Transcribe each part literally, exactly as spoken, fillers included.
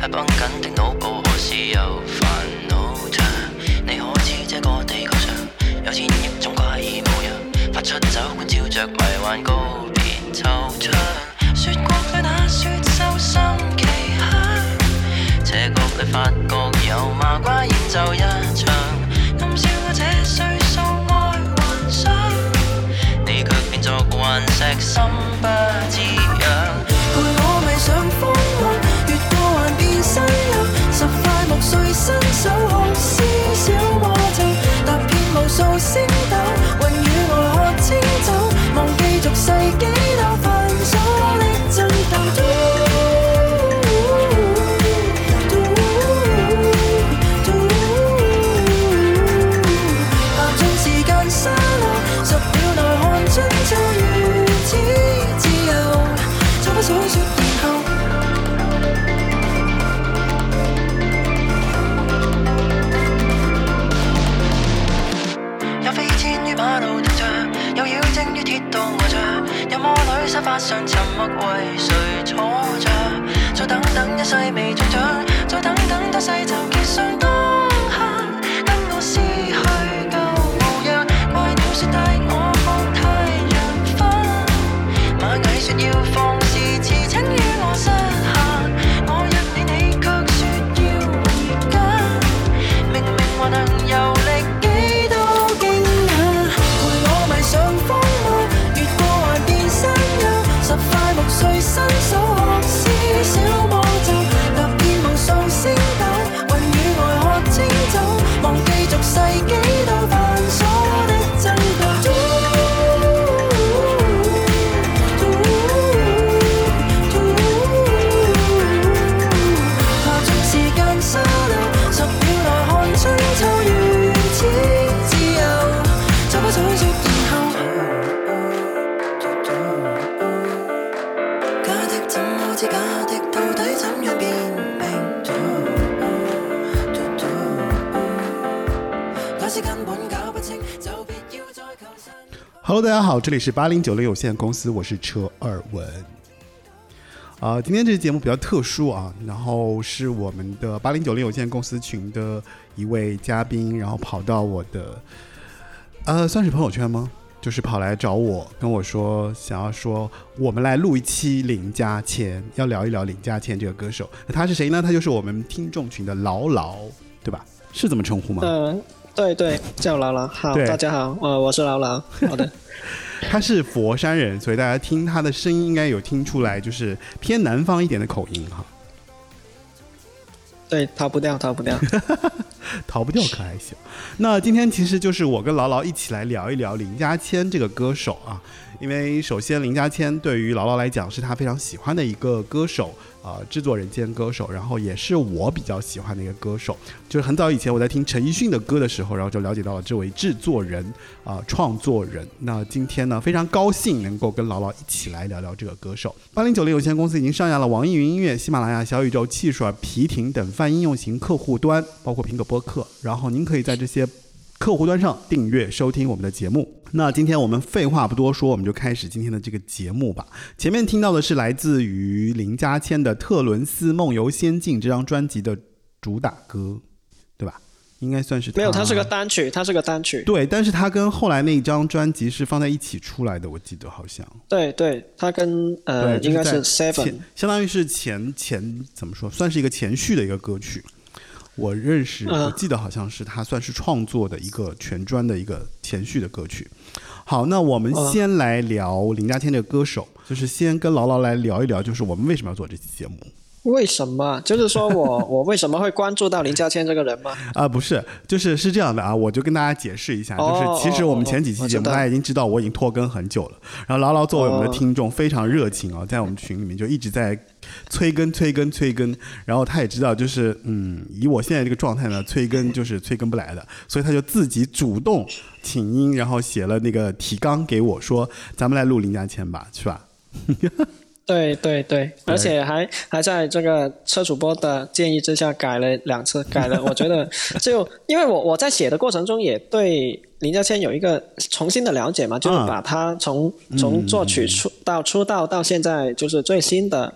係繃緊的腦部何時又煩惱着？你可知這個地球上有千億種怪異模樣，發出酒館照着迷幻告別惆悵。雪國裏那雪獸心奇香，斜角裏發覺有麻瓜演奏一場，暗笑我這歲數愛幻想，你卻變作頑石心不知癢。陪我迷上風浪，越過環變新娘，十塊木碎伸手學思小魔咒，踏遍無數星斗，雲與我喝清酒，忘記俗世幾多繁瑣的爭鬥。下盡時間沙漏，十秒內看盡就如此自由，就不數說然後。有飛濺於馬路停着，有妖精於鐵道呆着，有魔女沙發上沉默為誰坐着？再等等一世未中獎，再等等多世就結上當刻，跟我撕去舊模樣。怪鳥說帶我看太陽分，螞蟻說要放肆馳騁於我膝下，我約你你卻說要回家，明明還能遊歷幾多驚訝，陪我迷上風浪，越過環變山丘，十塊木碎伸手學思小魔咒，踏遍無數星斗，雲與外喝清酒，忘記俗世幾多繁瑣的爭鬥。下盡時間沙漏，十秒內看春秋如此自由，就不再說然後。假的怎麼知假的，到底怎樣辨明？假使根本搞不清，就別要再求神。 Hello， 大家好，这里是八零九零有限公司，我是车二文。呃，今天这期节目比较特殊啊，然后是我们的八零九零有限公司群的一位嘉宾，然后跑到我的呃，算是朋友圈吗？就是跑来找我，跟我说想要说我们来录一期林家谦，要聊一聊林家谦这个歌手。那他是谁呢？他就是我们听众群的劳劳，对吧？是这么称呼吗？ 嗯，对对，叫劳劳。好，大家好，呃，我是劳劳。好的。 他是佛山人，所以大家听他的声音应该有听出来，就是偏南方一点的口音哈。 对，逃不掉，逃不掉， 逃不掉可还行。那今天其实就是我跟劳劳一起来聊一聊林家谦这个歌手啊，因为首先林家谦对于劳劳来讲是他非常喜欢的一个歌手，呃，制作人兼歌手，然后也是我比较喜欢的一个歌手。就是很早以前我在听陈奕迅的歌的时候，然后就了解到了这位制作人啊、呃，创作人。那今天呢，非常高兴能够跟劳劳一起来聊聊这个歌手。八零九零有限公司已经上架了网易云音乐、喜马拉雅、小宇宙、汽水、皮艇等泛应用型客户端，包括苹果播客。然后您可以在这些客户端上订阅收听我们的节目。那今天我们废话不多说，我们就开始今天的这个节目吧。前面听到的是来自于林家谦的《特伦斯梦游仙境》这张专辑的主打歌，对吧？应该算是他。 没有，它是个单曲，它是个单曲。 对，但是他跟后来那一张专辑是放在一起出来的，我记得好像。 对对，他跟呃应该是 Seven， 相当于是前前怎么说，算是一个前序的一个歌曲。我认识，我记得好像是他算是创作的一个全专的一个前序的歌曲。好，那我们先来聊林家谦这个歌手，就是先跟劳劳来聊一聊，就是我们为什么要做这期节目。 为什么？就是说我我为什么会关注到林家谦这个人吗？ 啊，不是，就是是这样的啊，我就跟大家解释一下，就是其实我们前几期节目大家已经知道我已经拖更很久了，然后劳劳作为我们的听众非常热情啊，在我们群里面就一直在催更催更催更，然后他也知道就是嗯，以我现在这个状态呢，催更就是催更不来的，所以他就自己主动请缨，然后写了那个提纲给我说，咱们来录林家谦吧，是吧？ 对对对，而且还还在这个车主播的建议之下改了两次，改了。我觉得就因为我我在写的过程中也对林家谦有一个重新的了解嘛，就是把他从从作曲出到出道到现在就是最新的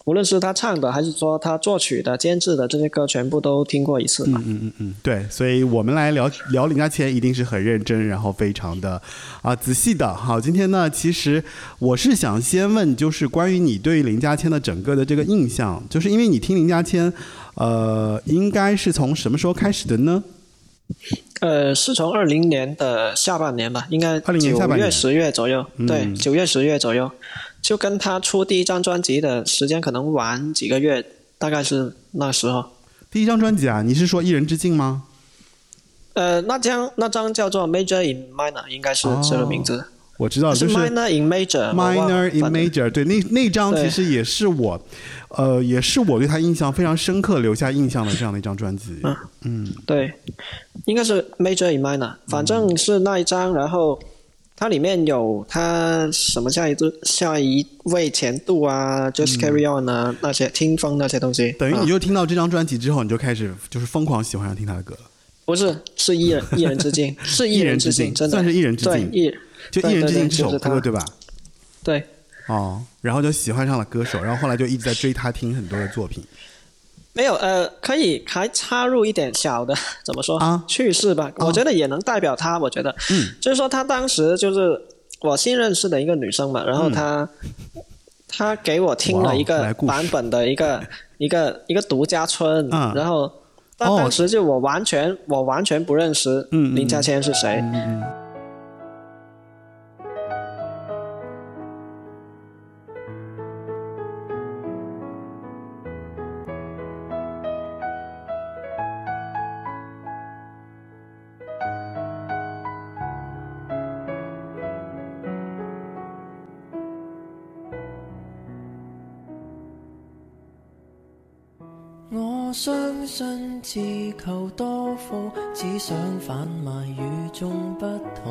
无论是他唱的还是说他作曲的监制的这些歌全部都听过一次吧。 嗯嗯嗯嗯，对，所以我们来聊聊林嘉谦一定是很认真，然后非常的啊仔细的。好，今天呢其实我是想先问，就是关于你对林嘉谦的整个的这个印象，就是因为你听林嘉谦呃应该是从什么时候开始的呢？ 呃，是从二零年的下半年吧，应该二零年下半年九月十月左右， 嗯、 对，九月十月左右，就跟他出第一张专辑的时间可能晚几个月，大概是那时候。 第一张专辑啊，你是说《一人之境》吗？ 呃，那张那张叫做 Major in Minor， 应该是这个名字。 哦，我知道，就是 Minor in Major，Minor in Major， 对，那那张其实也是我，呃，也是我对他印象非常深刻、留下印象的这样的一张专辑。 嗯嗯， 对，应该是 Major in Minor， 反正是那一张，然后它里面有他什么下一度下一位前度啊 ，Just Carry On 啊，嗯、那些听风那些东西。 等于你就听到这张专辑之后，你就开始就是疯狂喜欢上听他的歌了。 不是，是一人一人之境，是一人之境，真的算是一人之境， 对，一就一人之境这首歌，对吧？ 对。 哦，然后就喜欢上了歌手，然后后来就一直在追他，听很多的作品。 没有，呃，可以还插入一点小的怎么说啊趣事吧？ 啊我觉得也能代表他。我觉得， 嗯， 就是说他当时就是我新认识的一个女生嘛，然后她、嗯、她给我听了一个版本的一个一个一个独家村， 啊、 然后。但当时就我完全、哦、我完全不认识林嘉谦是谁。 嗯嗯嗯我相信自求多福，只想販賣與眾不同。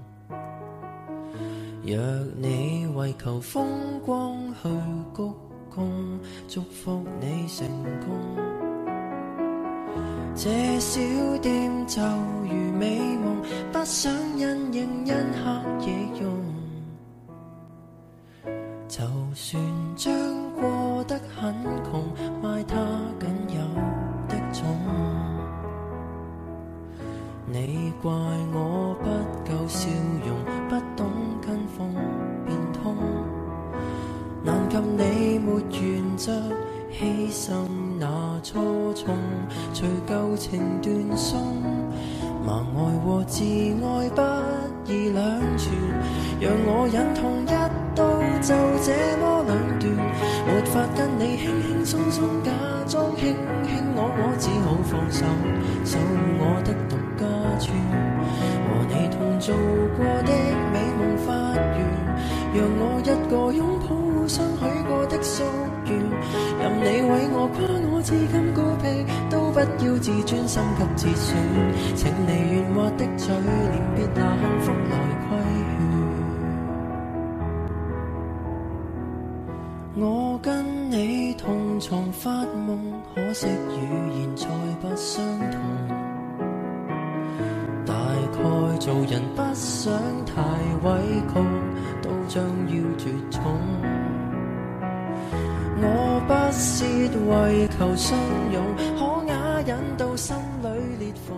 若你為求風光去鞠躬，祝福你成功。這小店就如美夢，不想因應因黑夜用。就算將過得很窮，賣它僅有的種。你怪我不夠笑容，不懂跟風變通。難及你沒原則，犧牲那初衷，隨舊情斷送。盲愛和自愛不易兩全，讓我忍痛一刀就這麼兩斷，沒法跟你輕輕鬆鬆假裝輕輕我我，只好放手守我的獨家村，和你同做過的美夢發源，讓我一個擁抱相許過的夙願，任你為我誇我至今孤僻，都不要自尊心給自損，請你圓滑的嘴臉別拿幸福來規勸。我跟你同床發夢，可惜語言再不相同，大概做人不想太委曲，都將要絕種。我不屑為求相擁，可啞忍到心裏裂縫。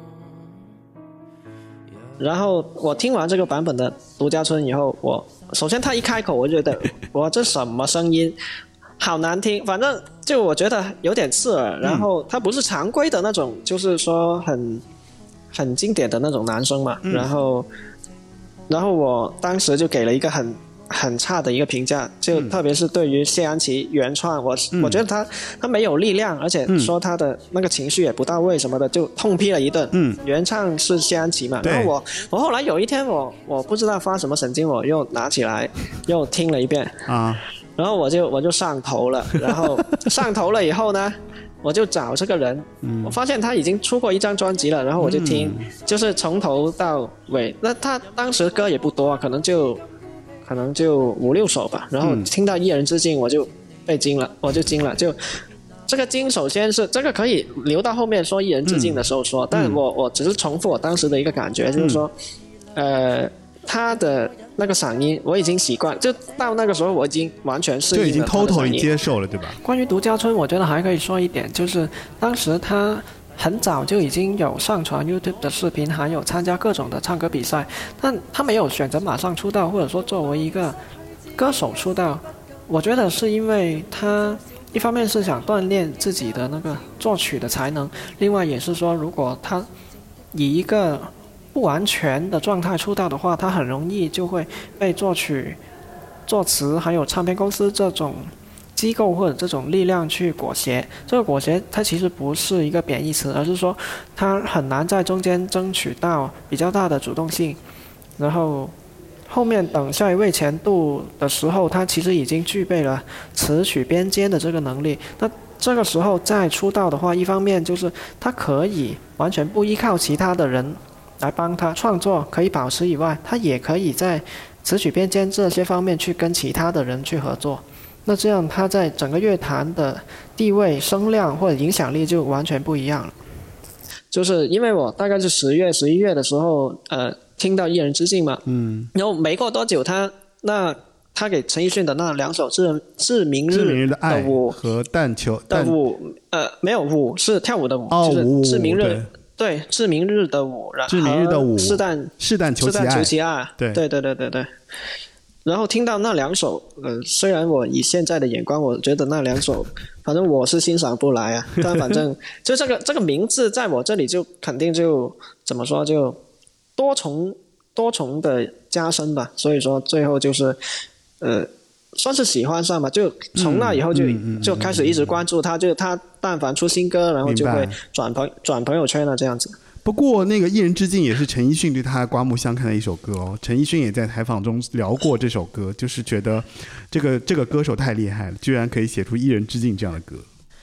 然后我听完这个版本的独家村以后，我首先他一开口我就觉得哇这什么声音好难听，反正就我觉得有点刺耳，然后他不是常规的那种就是说很很经典的那种男生嘛， 嗯、 然后然后我当时就给了一个很很差的一个评价，就特别是对于谢安琪原创，我、嗯、我觉得他他没有力量，而且说他的那个情绪也不到位什么的，就痛批了一顿。嗯，原唱是谢安琪嘛，然后我我后来有一天我我不知道发什么神经，我又拿起来又听了一遍啊，然后我就我就上头了，然后上头了以后呢，我就找这个人、嗯，我发现他已经出过一张专辑了，然后我就听，嗯、就是从头到尾，那他当时歌也不多，可能就。可能就五六首吧，然后听到一人之境我就被惊了，我就惊了，就这个惊首先是这个可以留到后面说一人之境的时候说，嗯、但我我只是重复我当时的一个感觉，就是说，嗯、呃， 他的那个嗓音我已经习惯，就到那个时候我已经完全适应了， 就已经 totally 接受了，对吧？ 关于独家村，我觉得还可以说一点，就是当时他很早就已经有上传 YouTube 的视频，还有参加各种的唱歌比赛，但他没有选择马上出道，或者说作为一个歌手出道。我觉得是因为他一方面是想锻炼自己的那个作曲的才能，另外也是说，如果他以一个不完全的状态出道的话，他很容易就会被作曲、作词还有唱片公司这种机构或者这种力量去裹挟。这个裹挟它其实不是一个贬义词，而是说他很难在中间争取到比较大的主动性，然后后面等下一位前度的时候，他其实已经具备了词曲编监的这个能力。那这个时候再出道的话，一方面就是他可以完全不依靠其他的人来帮他创作，可以保持以外，他也可以在词曲编监这些方面去跟其他的人去合作。那这样他在整个乐坛的地位、声量或者影响力就完全不一样了。 就是因为我大概是十月、十一月的时候，呃，听到《一人之境》嘛， 嗯， 然后没过多久他，那他给陈奕迅的那两首致致明日致明日的爱舞和但求的但舞，呃，没有舞是跳舞的舞， 哦， 就是舞致明日。 对对，致明日的舞，然后致明日的舞是但是但求其爱， 是但求其爱， 对对对对对对。然后听到那两首，呃，虽然我以现在的眼光，我觉得那两首，反正我是欣赏不来啊。但反正就这个这个名字在我这里就肯定就怎么说，就多重多重的加深吧。所以说最后就是，呃。算是喜欢上吧，就从那以后就、 嗯嗯、 就开始一直关注他，就他但凡出新歌，然后就会转朋转朋友圈了这样子。 不过那个《一人之境》也是陈奕迅对他刮目相看的一首歌哦。陈奕迅也在采访中聊过这首歌，就是觉得这个这个歌手太厉害了，居然可以写出《一人之境》这样的歌。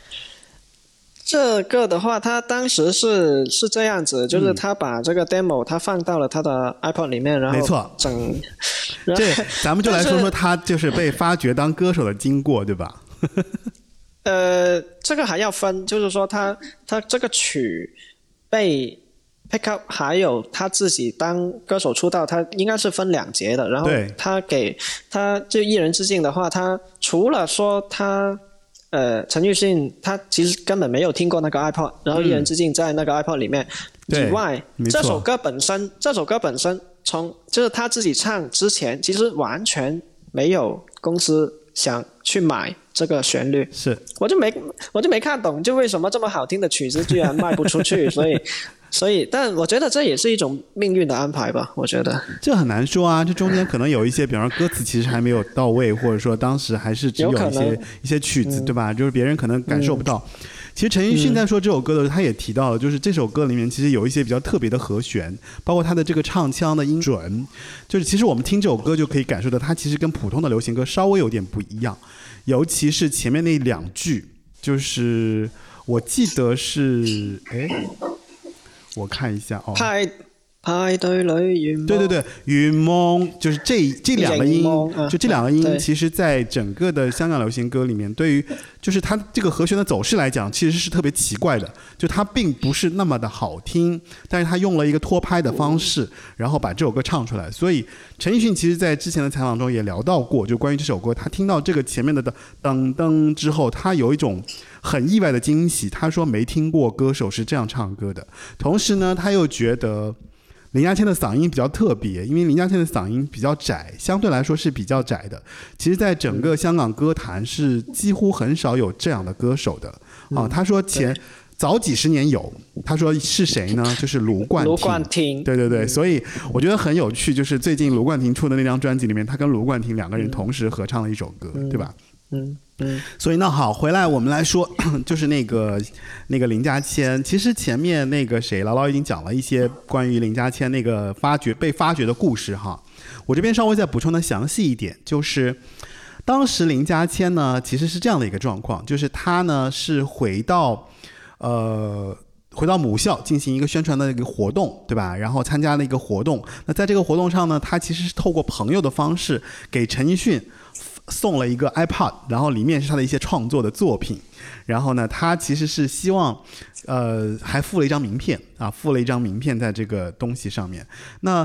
这个的话，他当时是是这样子，就是他把这个 demo 他放到了他的 iPod 里面，然后没错， 整。 这咱们就来说说他就是被发掘当歌手的经过，对吧？ 呃，这个还要分，就是说他他这个曲被 pick up， 还有他自己当歌手出道，他应该是分两节的。然后他给他就一人之境的话，他除了说他。呃，陈奕迅他其实根本没有听过那个 iPod， 然后一人之境在那个 iPod 里面、嗯、以外，这首歌本身，这首歌本身从就是他自己唱之前，其实完全没有公司想去买这个旋律， 是我就没我就没看懂，就为什么这么好听的曲子居然卖不出去，所以。所以，但我觉得这也是一种命运的安排吧。我觉得这很难说啊，这中间可能有一些，比方说歌词其实还没有到位，或者说当时还是只有一些一些曲子，对吧？就是别人可能感受不到。嗯、其实陈奕迅在说这首歌的时候，他也提到了，就是这首歌里面其实有一些比较特别的和弦，包括他的这个唱腔的音准，就是其实我们听这首歌就可以感受到，它其实跟普通的流行歌稍微有点不一样，尤其是前面那两句，就是我记得是哎。我看一下哦， 派派对里愿望， 对对对，愿望就是这这两个音，就这两个音，其实在整个的香港流行歌里面，对于就是它这个和弦的走势来讲，其实是特别奇怪的，就它并不是那么的好听，但是它用了一个拖拍的方式，然后把这首歌唱出来。所以陈奕迅其实在之前的采访中也聊到过，就关于这首歌，他听到这个前面的噔噔之后，他有一种很意外的惊喜，他说没听过歌手是这样唱歌的。同时呢，他又觉得林家谦的嗓音比较特别，因为林家谦的嗓音比较窄，相对来说是比较窄的。其实在整个香港歌坛是几乎很少有这样的歌手的啊。他说前早几十年有，他说是谁呢？就是卢冠廷。 卢冠廷， 对对对，所以我觉得很有趣，就是最近卢冠廷出的那张专辑里面，他跟卢冠廷两个人同时合唱了一首歌， 嗯、 对吧？ 嗯嗯， 所以那好，回来我们来说，就是那个那个林家谦。其实前面那个谁，姥姥已经讲了一些关于林家谦那个发掘被发掘的故事哈。我这边稍微再补充的详细一点，就是当时林家谦呢，其实是这样的一个状况，就是他呢是回到呃。回到母校进行一个宣传的一个活动，对吧？然后参加了一个活动。那在这个活动上呢，他其实是透过朋友的方式给陈奕迅送了一个 iPod， 然后里面是他的一些创作的作品。然后呢，他其实是希望，呃，还附了一张名片啊，附了一张名片在这个东西上面。那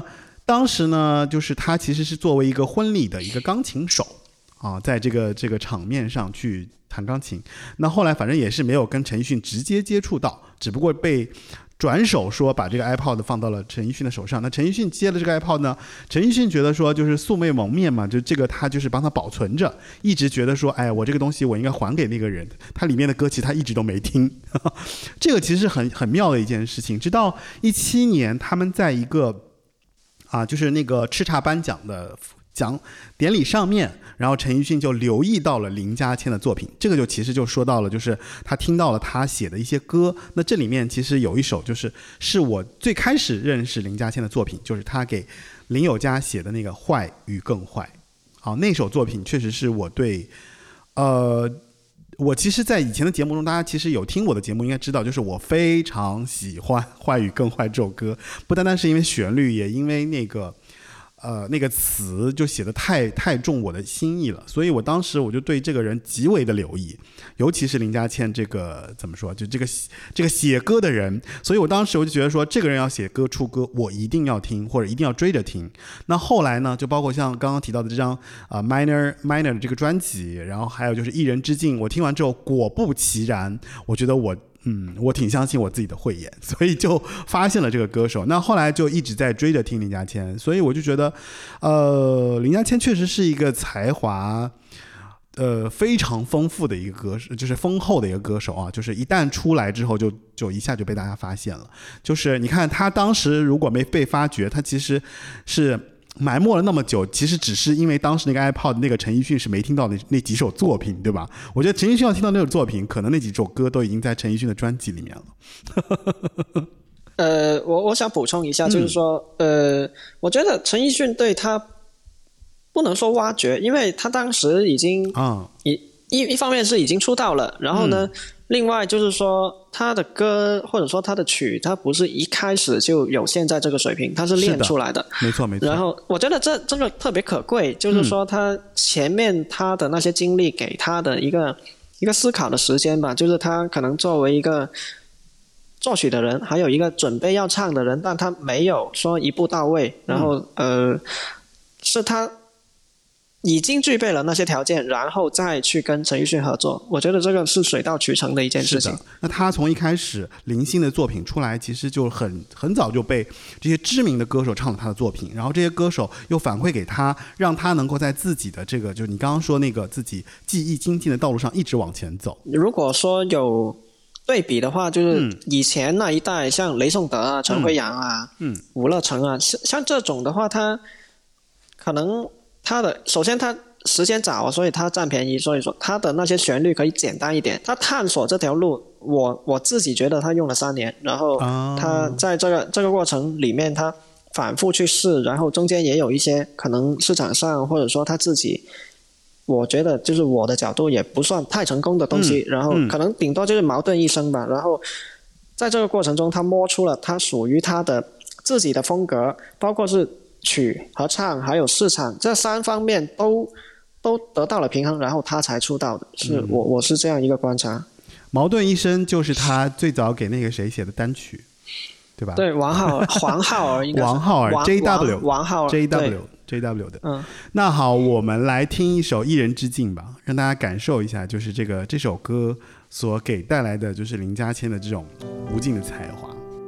当时呢，就是他其实是作为一个婚礼的一个钢琴手啊，在这个这个场面上去弹钢琴。那后来反正也是没有跟陈奕迅直接接触到，只不过被转手说把这个 iPod 放到了陈奕迅的手上。那陈奕迅接了这个 iPod 呢，陈奕迅觉得说就是素未谋面嘛，就这个他就是帮他保存着，一直觉得说，哎，我这个东西我应该还给那个人。他里面的歌其实他一直都没听，这个其实是很很妙的一件事情。直到一七年，他们在一个啊，就是那个叱咤颁奖的奖典礼上面，然后陈奕迅就留意到了林家谦的作品，这个就其实就说到了，就是他听到了他写的一些歌。那这里面其实有一首就是是我最开始认识林家谦的作品，就是他给林宥嘉写的那个《坏与更坏》。好，那首作品确实是我对，呃，我其实在以前的节目中，大家其实有听我的节目应该知道，就是我非常喜欢《坏与更坏》这首歌，不单单是因为旋律，也因为那个呃，那个词就写得太太中我的心意了，所以我当时我就对这个人极为的留意，尤其是林家谦这个怎么说，就这个这个写歌的人，所以我当时我就觉得说，这个人要写歌出歌，我一定要听，或者一定要追着听。那后来呢，就包括像刚刚提到的这张啊、呃、Minor Minor 的这个专辑，然后还有就是一人之境，我听完之后果不其然，我觉得我。嗯，我挺相信我自己的慧眼，所以就发现了这个歌手。那后来就一直在追着听林家谦，所以我就觉得，呃，林家谦确实是一个才华，呃，非常丰富的一个歌手，就是丰厚的一个歌手啊。就是一旦出来之后就，就就一下就被大家发现了。就是你看他当时如果没被发掘，他其实是埋没了那么久，其实只是因为当时那个 iPod 那个陈奕迅是没听到的 那, 那几首作品，对吧？我觉得陈奕迅要听到那首作品，可能那几首歌都已经在陈奕迅的专辑里面了。 呃，我我想补充一下，就是说，嗯、呃，我觉得陈奕迅对他不能说挖掘，因为他当时已经啊，一一一方面是已经出道了，然后呢。嗯，另外就是说他的歌或者说他的曲，他不是一开始就有现在这个水平，他是练出来的， 没错没错。 然后我觉得这这个特别可贵，就是说他前面他的那些经历给他的一个一个思考的时间吧，就是他可能作为一个作曲的人，还有一个准备要唱的人，但他没有说一步到位，然后、嗯、呃是他已经具备了那些条件，然后再去跟陈奕迅合作，我觉得这个是水到渠成的一件事情。 是的，那他从一开始零星的作品出来，其实就很很早就被这些知名的歌手唱了他的作品，然后这些歌手又反馈给他，让他能够在自己的这个就是你刚刚说那个自己技艺精进的道路上一直往前走。 如果说有对比的话，就是以前那一代像雷颂德啊、陈辉阳啊、嗯、吴乐成啊，像这种的话，他可能他的首先他时间早，所以他占便宜，所以说他的那些旋律可以简单一点。他探索这条路，我我自己觉得他用了三年，然后他在这个这个过程里面，他反复去试，然后中间也有一些可能市场上或者说他自己，我觉得就是我的角度也不算太成功的东西，嗯、然后可能顶多就是矛盾一生吧。然后在这个过程中，他摸出了他属于他的自己的风格，包括是曲和唱还有市场这三方面都都得到了平衡，然后他才出道的，是、嗯、我我是这样一个观察。 矛盾一生就是他最早给那个谁写的单曲，对吧？ 对，王浩黄浩儿应该是王浩儿 J W 王浩儿 J W J W 的。嗯，那好，我们来听一首《一人之境》吧，让大家感受一下，就是这个这首歌所给带来的就是林家谦的这种无尽的才华。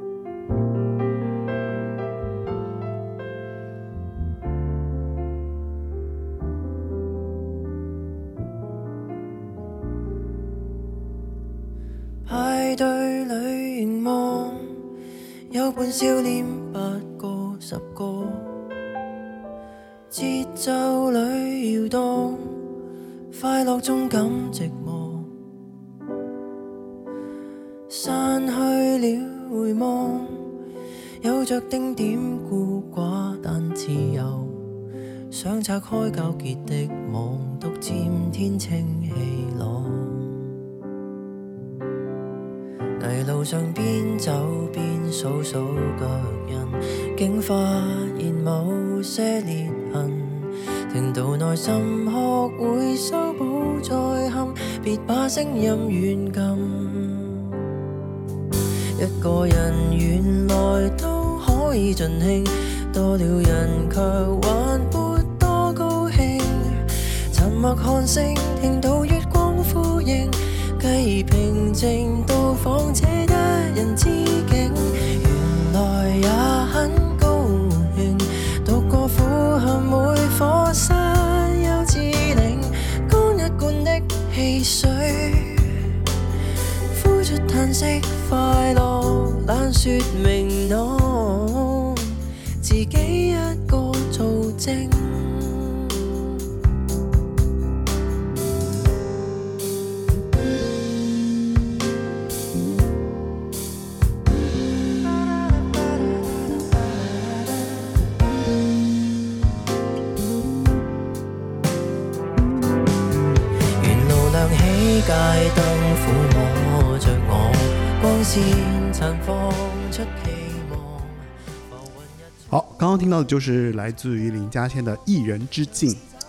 派對裏凝望，有伴笑臉八個十個，節奏裏搖動，快樂中感寂寞，散去了回望，有着丁點孤寡但自由，想拆開糾結的網，獨佔天清氣朗。泥路上邊走邊數數腳印，竟發現某些裂痕，停到內心學會修補再陷，別把聲音軟禁。一個人原來都可以盡興， 多了人卻還沒多高興，沉默看星，聽到月光呼應，繼而平靜到訪這一人之境，原來也很高興，讀過苦後每課室幼稚嶺，乾一罐的汽水，呼出嘆息，快樂懶說明朗，自己一個做證。街燈撫摸着我，光線綻放出希望。 好，剛剛聽到的就是來自於林家謙的《一人之境》。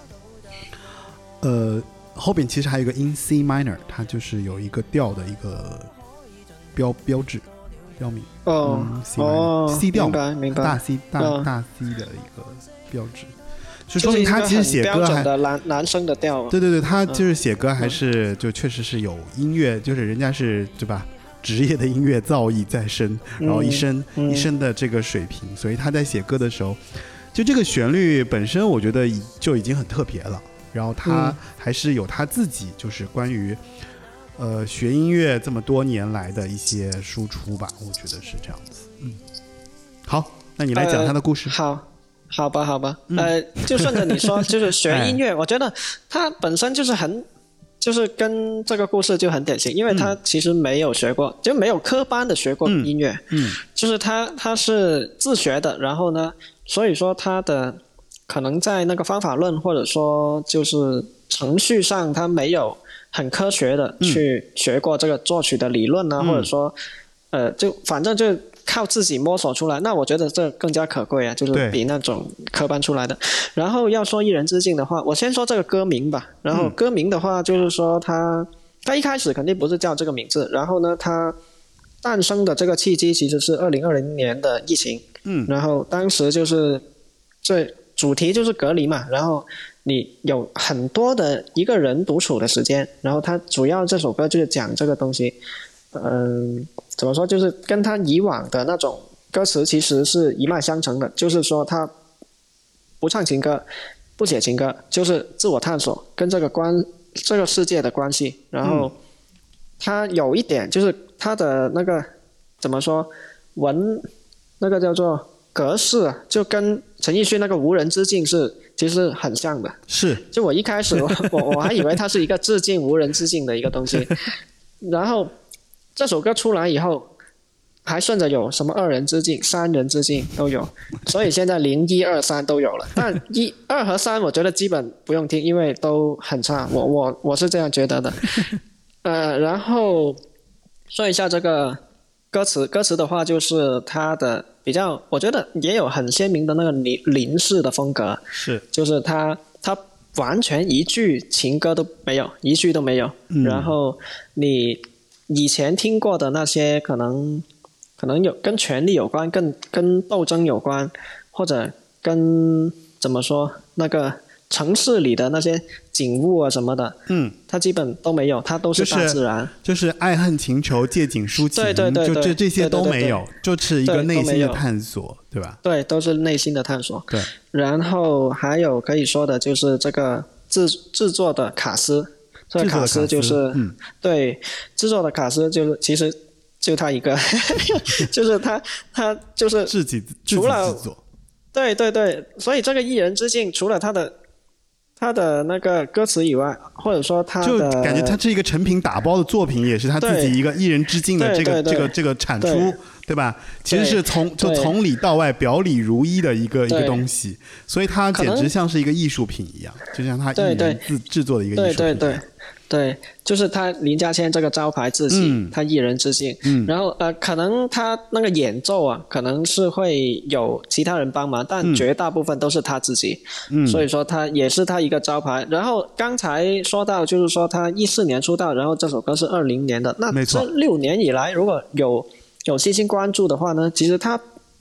呃，後邊其實還有一個 in C minor， 它就是有一個調的一個標標誌標明。 哦、 嗯、C 哦 C 調， 明白明白， 大 C 大、 哦、 大 C 的一個標誌。就說明他其實寫歌還的男男生的調， 對對對，他就是寫歌還是、嗯、就確實是有音樂，就是人家是對吧？職業的音樂造詣在身，然後一身、嗯、一身的這個水平、嗯，所以他在寫歌的時候，就這個旋律本身，我覺得就已經很特別了。然後他還是有他自己就是關於呃學音樂這麼多年來的一些輸出吧，我覺得是這樣子。嗯，好，那你來講他的故事。 呃、好。好吧好吧、嗯、呃就順着你說就是學音樂我覺得他本身就是很就是跟這個故事就很典型，因為他其實沒有學過、嗯、就沒有科班的學過音樂， 嗯， 就是他他是自學的，然後呢所以說他的可能在那個方法論或者說就是程序上他沒有很科學的去學過這個作曲的理論啊、嗯、或者說呃就反正就靠自己摸索出來，那我覺得這更加可貴啊，就是比那種科班出來的。然後要說一人之境的話，我先說這個歌名吧。然後歌名的話就是說他他一開始肯定不是叫這個名字，然後呢他誕生的這個契機其實是二零二零年的疫情，嗯，然後當時就是這主題就是隔離嘛，然後你有很多的一個人獨處的時間，然後他主要這首歌就是講這個東西，嗯，怎麼說，就是跟他以往的那種歌詞其實是一脈相承的，就是說他不唱情歌，不寫情歌，就是自我探索跟這個關這個世界的關係。然後他有一點就是他的那個怎麼說文那個叫做格式，就跟陳奕迅那個無人之境是其實很像的。是，就我一開始我我我還以為它是一個致敬無人之境的一個東西，然後這首歌出來以後還順着有什麼二人之境三人之境都有，所以現在零一二三都有了，但一二和三我覺得基本不用聽，因為都很差，我我我是這樣覺得的。呃，然後說一下這個歌詞，歌詞的話就是它的比較我覺得也有很鮮明的那個林林式的風格，是就是它它完全一句情歌都沒有，一句都沒有，嗯，然後你以前聽過的那些可能可能有跟權力有關，跟跟鬥爭有關，或者跟怎麼說那個城市裡的那些景物啊什麼的，嗯，它基本都沒有，它都是大自然，就是、就是愛恨情仇借景抒情，對對對對，就這這些都沒有，對對對對，就是一個內心的探索， 對， 對吧？對，都是內心的探索。對，然後還有可以說的就是這個制製作的卡司。這個卡司就是，嗯，對，製作的卡司就是其實就他一個，就是他他就是自己除了自己製作， 對對對，所以這個一人之境除了他的他的那個歌詞以外，或者說他的就感覺他是一個成品打包的作品，也是他自己一個一人之境的這個對對對這個這個產出，對，對吧？其實是從就從裡到外表裡如一的一個一個東西，所以它簡直像是一個藝術品一樣，就像他一人自製作的一個藝術品。對對對。 對，就是他林家謙這個招牌自己，嗯、他一人之境、嗯。然後呃，可能他那個演奏啊，可能是會有其他人幫忙，但絕大部分都是他自己。嗯、所以說他也是他一個招牌。然後剛才說到，就是說他一四年出道，然後這首歌是二零年的。那這六年以來，如果有有細心關注的話呢，其實他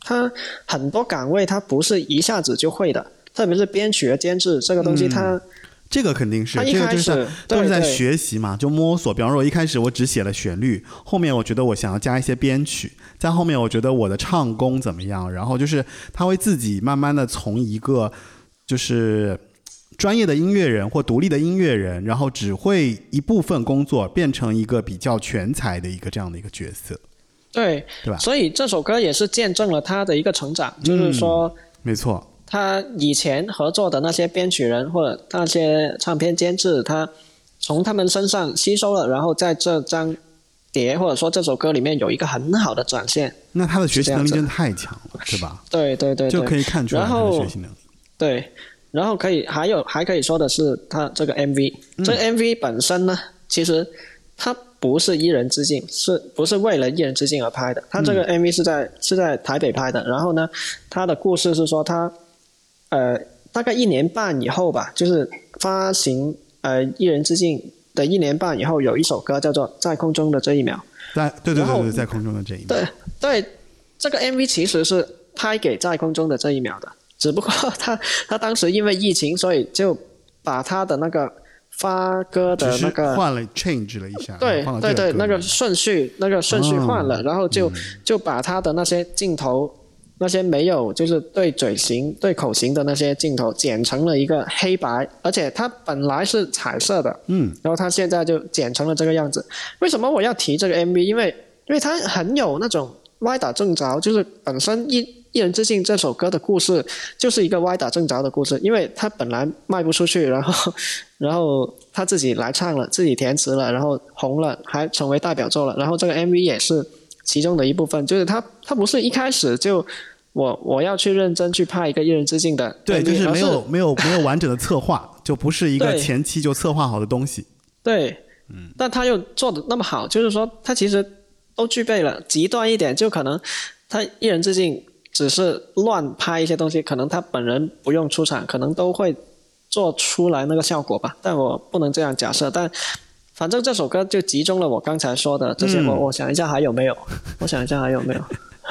他很多岗位他不是一下子就会的，特别是编曲和监制这个东西他、嗯这个肯定是，这个就是在都是在学习嘛，就摸索。比方说，我一开始我只写了旋律，后面我觉得我想要加一些编曲，在后面我觉得我的唱功怎么样，然后就是他会自己慢慢的从一个就是专业的音乐人或独立的音乐人，然后只会一部分工作，变成一个比较全才的一个这样的一个角色。 对， 对吧？ 所以这首歌也是见证了他的一个成长，嗯、就是说， 没错。 他以前合作的那些编曲人或者那些唱片监制，他从他们身上吸收了，然后在这张碟或者说这首歌里面有一个很好的展现。 那他的学习能力真的太强了，是吧？ 对对 对, 对， 就可以看出来他的学习能力。 对，然后可以还有还可以说的是他这个 M V，、嗯、这个 M V 本身呢，其实它不是一人之境，是不是为了一人之境而拍的？他这个 M V 是在、嗯、是在台北拍的，然后呢，他的故事是说他。呃，大概一年半以后吧，就是发行呃《一人之境》的一年半以后，有一首歌叫做《在空中的这一秒》。 在对对对对，在空中的这一秒。 对对，这个 M V 其实是拍给在空中的这一秒的，只不过他他当时因为疫情，所以就把他的那个发歌的那个换了 change 了一下。 对对对，那个顺序那个顺序换了，哦、然后就、嗯、就把他的那些镜头。那些没有就是对嘴型对口型的那些镜头剪成了一个黑白，而且它本来是彩色的， 嗯， 然后它现在就剪成了这个样子。为什么我要提这个 M V？ 因为因为它很有那种歪打正着，就是本身一一人之境这首歌的故事就是一个歪打正着的故事，因为它本来卖不出去，然后然后他自己来唱了，自己填词了，然后红了，还成为代表作了，然后这个 M V 也是其中的一部分，就是他他不是一开始就我我要去认真去拍一个一人之境的， 对，就是没有没有没有完整的策划，就不是一个前期就策划好的东西。 对，嗯，但他又做的那么好，就是说他其实都具备了。极端一点，就可能他一人之境只是乱拍一些东西，可能他本人不用出场，可能都会做出来那个效果吧。但我不能这样假设，但。反正这首歌就集中了我刚才说的这些，嗯、我我想一下还有没有？我想一下还有没有？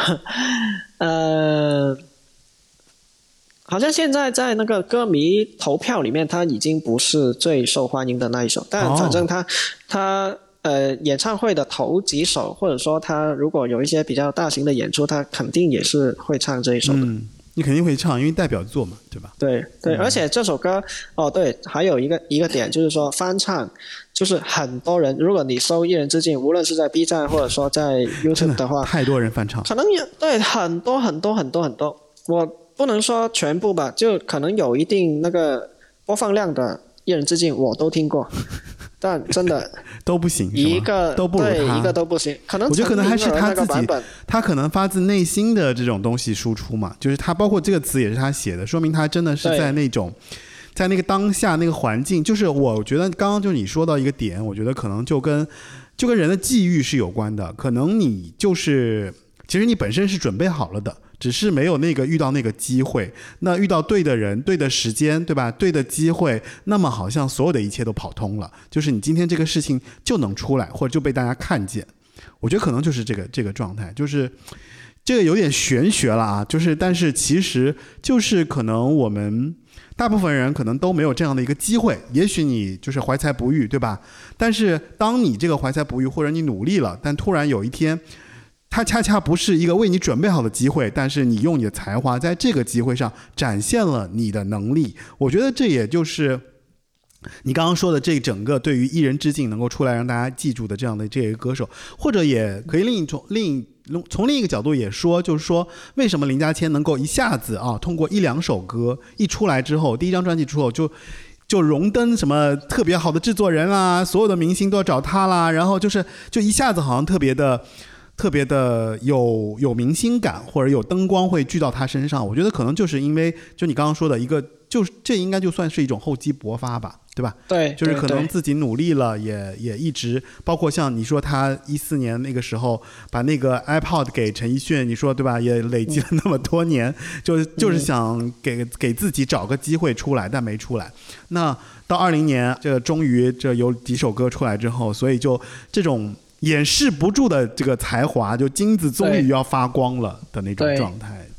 呃，好像现在在那个歌迷投票里面，它已经不是最受欢迎的那一首，但反正它、哦、它呃演唱会的头几首，或者说它如果有一些比较大型的演出，它肯定也是会唱这一首的。 嗯，你肯定会唱，因为代表作嘛，对吧？ 对对、嗯，而且这首歌哦，对，还有一个一个点就是说翻唱。就是很多人，如果你搜一人之境，无论是在 B 站或者说在 YouTube 的话， 太多人翻唱， 可能有对很多很多很多很多，我不能说全部吧，就可能有一定那个播放量的一人之境我都听过，但真的都不行， 一个都不如他， 对，一个都不行。可能我觉得可能还是他自己，他可能发自内心的这种东西输出嘛，就是他包括这个词也是他写的，说明他真的是在那种。在那个当下那个环境，就是我觉得刚刚就你说到一个点，我觉得可能就跟就跟人的际遇是有关的。可能你就是其实你本身是准备好了的，只是没有那个遇到那个机会。那遇到对的人、对的时间，对吧？对的机会，那么好像所有的一切都跑通了，就是你今天这个事情就能出来，或者就被大家看见。我觉得可能就是这个这个状态，就是这个有点玄学了啊。就是但是其实就是可能我们。大部分人可能都没有这样的一个机会，也许你就是怀才不遇，对吧？但是当你这个怀才不遇，或者你努力了，但突然有一天它恰恰不是一个为你准备好的机会，但是你用你的才华在这个机会上展现了你的能力，我觉得这也就是你刚刚说的这整个对于一人之境能够出来让大家记住的这样的这个歌手，或者也可以另一种另一从另一个角度也说，就是说为什么林嘉谦能够一下子啊，通过一两首歌一出来之后，第一张专辑之后就就荣登什么特别好的制作人啦，所有的明星都要找他啦，然后就是就一下子好像特别的特别的有有明星感，或者有灯光会聚到他身上。我觉得可能就是因为就你刚刚说的一个，就是这应该就算是一种厚积薄发吧，对吧？ 对， 就是可能自己努力了，也也一直，包括像你说他一四年那个时候把那个 iPod 给陈奕迅，你说对吧？也累积了那么多年，嗯、就就是想给给自己找个机会出来，但没出来。那到二零年，这终于这有几首歌出来之后，所以就这种掩饰不住的这个才华，就金子终于要发光了的那种状态。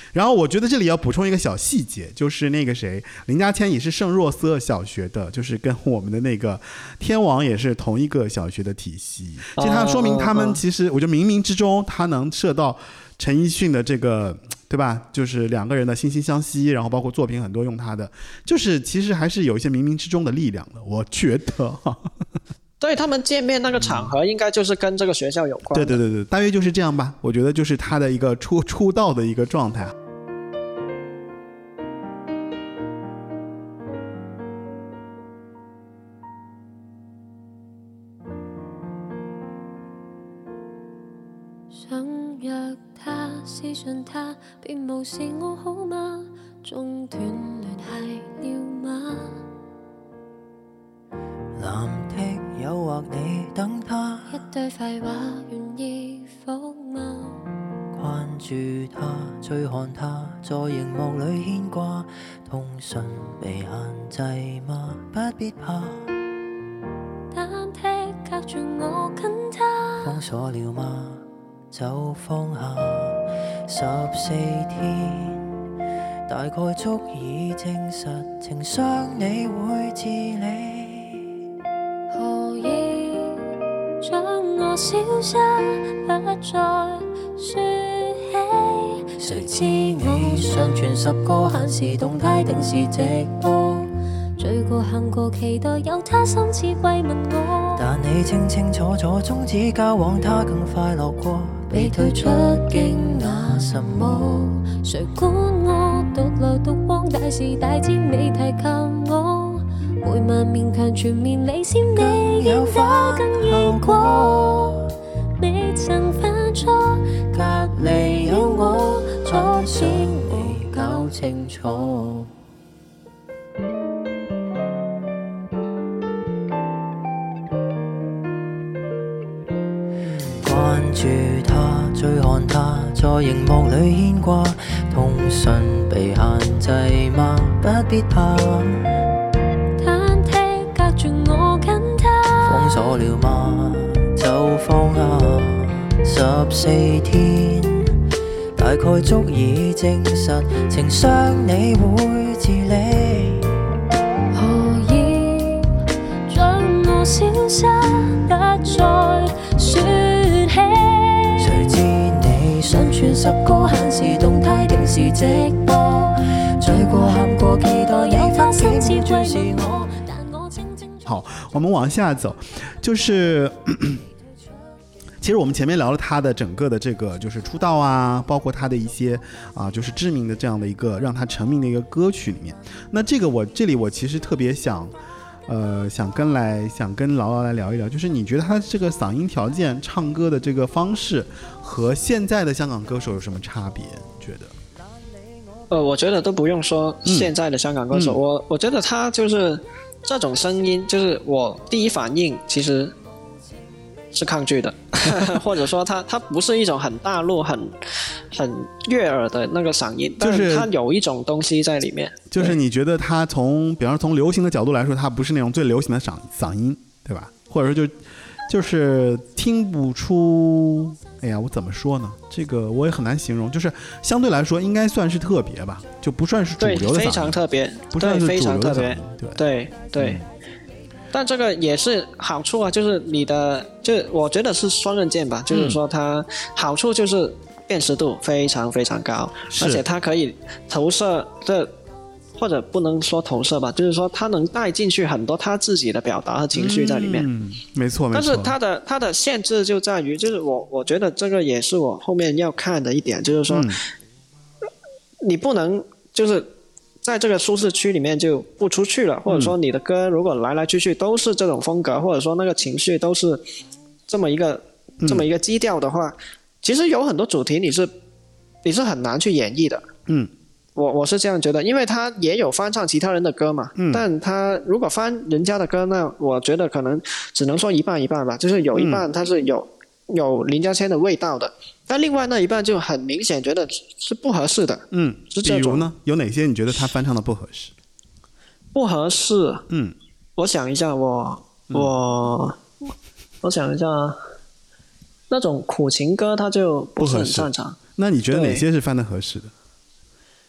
然后我觉得这里要补充一个小细节，就是那个谁，林家谦也是圣若瑟小学的，就是跟我们的那个天王也是同一个小学的体系。其实他说明他们其实，我觉得冥冥之中他能射到陈奕迅的这个，对吧？就是两个人的惺惺相惜，然后包括作品很多用他的，就是其实还是有一些冥冥之中的力量的，我觉得。 对，他们见面那个场合应该就是跟这个学校有关。 对对对对，大约就是这样吧。我觉得就是他的一个出出道的一个状态。 想約他，私信他，便無視我好嗎？中斷聯繫了嗎？ 藍剔誘惑你等他， 一堆廢話願意否嗎？ 關注他，追看他，在熒幕裏牽掛，通訊被限制嗎？不必怕， 單剔隔住我跟他， 封鎖了嗎？就放下，十四天大概足以證實情傷你會治理。 何以將我消失，不再説起？ 誰知你上傳十個限時動態定時直播， 醉過喊過期待有他深切慰問我， 但你清清楚楚終止交往，他更快樂過。 被退出驚訝什麼？誰管我獨來獨往，大事大戰未提及我，每晚勉強全面離線，你見得更易過。你曾犯錯， 隔離有我，再想你搞清楚。關注他，追看他，在熒幕裏牽掛，通訊被限制嗎？不必怕， 單剔隔住我跟他， 封鎖了嗎？就放下，十四天大概足以證實情傷你會治理。 何以將我消失，不再説起？ 誰知你上傳十個限時動態定時直播，醉過喊過期待有他深切慰問我，但我清清楚楚。 好，我們往下走，就是其實我們前面聊了他的整個的這個就是出道啊，包括他的一些啊就是知名的這樣的一個讓他成名的一個歌曲裡面，那這個我這裡我其實特別想呃，想跟來想跟勞勞來聊一聊，就是你覺得他這個嗓音條件、唱歌的這個方式和現在的香港歌手有什麼差別？覺得？ 呃，我覺得都不用說現在的香港歌手，嗯、我我覺得他就是這種聲音，就是我第一反應其實是抗拒的，或者說他他不是一種很大陸、很很悅耳的那個嗓音，但是他有一種東西在裡面。 就是你覺得他從，比方說從流行的角度來說，他不是那種最流行的嗓嗓音，對吧？或者說就就是聽不出，哎呀，我怎麼說呢？這個我也很難形容，就是相對來說應該算是特別吧，就不算是主流的嗓音， 對，非常特別， 不算是主流的嗓音， 對，非常特別， 對對對。嗯，但這個也是好處啊，就是你的，就我覺得是雙刃劍吧，就是說它好處就是辨識度非常非常高，而且它可以投射的，或者不能說投射吧，就是說它能帶進去很多他自己的表達和情緒在裡面。 嗯，沒錯沒錯。 但是它的它的限制就在於，就是我我覺得這個也是我後面要看的一點，就是說，嗯，你不能就是在這個舒適區裡面就不出去了，或者說你的歌如果來來去去都是這種風格，或者說那個情緒都是這麼一個這麼一個基調的話，其實有很多主題你是你是很難去演繹的。嗯，我我是這樣覺得，因為他也有翻唱其他人的歌嘛，嗯，但他如果翻人家的歌，那我覺得可能只能說一半一半吧，就是有一半他是有，嗯，有林家謙的味道的，但另外那一半就很明顯覺得是不合適的。 嗯， 是這種。 比如呢，有哪些你覺得他翻唱的不合適？ 不合適。 嗯， 我想一下，我我、嗯、我想一下，那種苦情歌他就不是很擅長。 那你覺得哪些是翻得合適的？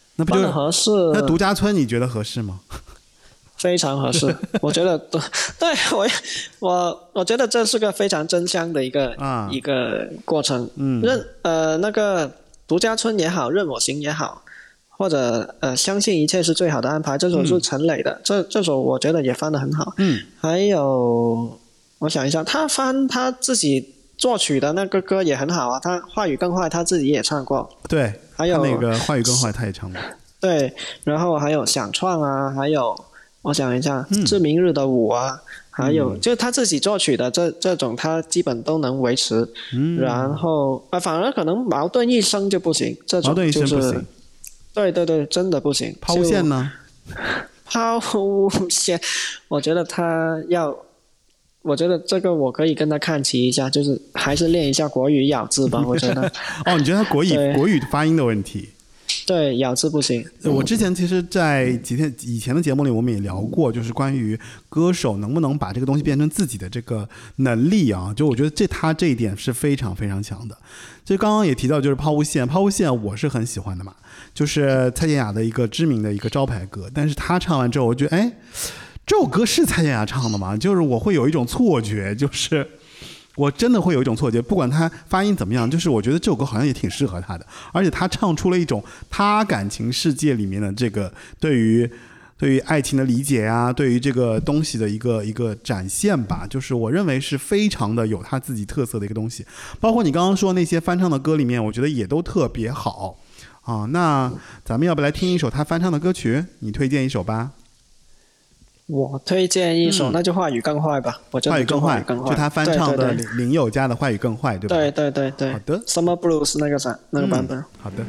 那不就翻的合适？ 那独家村你觉得合适吗？ 非常合适，我觉得对，对我我我觉得这是个非常真香的一个、啊、一个过程。嗯，任呃那个独家村也好，任我行也好，或者呃相信一切是最好的安排，这首是陈磊的，嗯、这这首我觉得也翻得很好。嗯，还有我想一下，他翻他自己作曲的那个歌也很好啊，他话语更坏他自己也唱过。 对， 还有那个话语更坏他也唱过。 对，然后还有想创啊，还有。我想一下，致明日的舞啊，嗯、还有就是他自己作曲的这这种，他基本都能维持。嗯、然后啊，反而可能矛盾一生就不行，这种、就是、 矛盾一生不行。 对对对，真的不行。 抛物线呢？ 抛物线，我觉得他要，我觉得这个我可以跟他看齐一下，就是还是练一下国语咬字吧。我觉得。 哦，你觉得他国语国语发音的问题？ 对，咬字不行。 我之前其实在几天以前的节目里我们也聊过，就是关于歌手能不能把这个东西变成自己的这个能力啊，就我觉得这他这一点是非常非常强的。就刚刚也提到就是抛物线，抛物线我是很喜欢的嘛，就是蔡健雅的一个知名的一个招牌歌，但是他唱完之后我觉得哎，这首歌是蔡健雅唱的吗？就是我会有一种错觉，就是我真的会有一种错觉，不管他发音怎么样，就是我觉得这首歌好像也挺适合他的，而且他唱出了一种他感情世界里面的这个对于对于爱情的理解啊，对于这个东西的一个一个展现吧，就是我认为是非常的有他自己特色的一个东西。包括你刚刚说那些翻唱的歌里面，我觉得也都特别好啊。那咱们要不来听一首他翻唱的歌曲？你推荐一首吧。 我推荐一首，嗯、那就话语更坏吧。我话语更坏， 更坏就他翻唱的林宥嘉的《话语更坏》，对吧？ 对对对对。 好的。 Summer Blues 那个啥那个版本。 嗯、好的。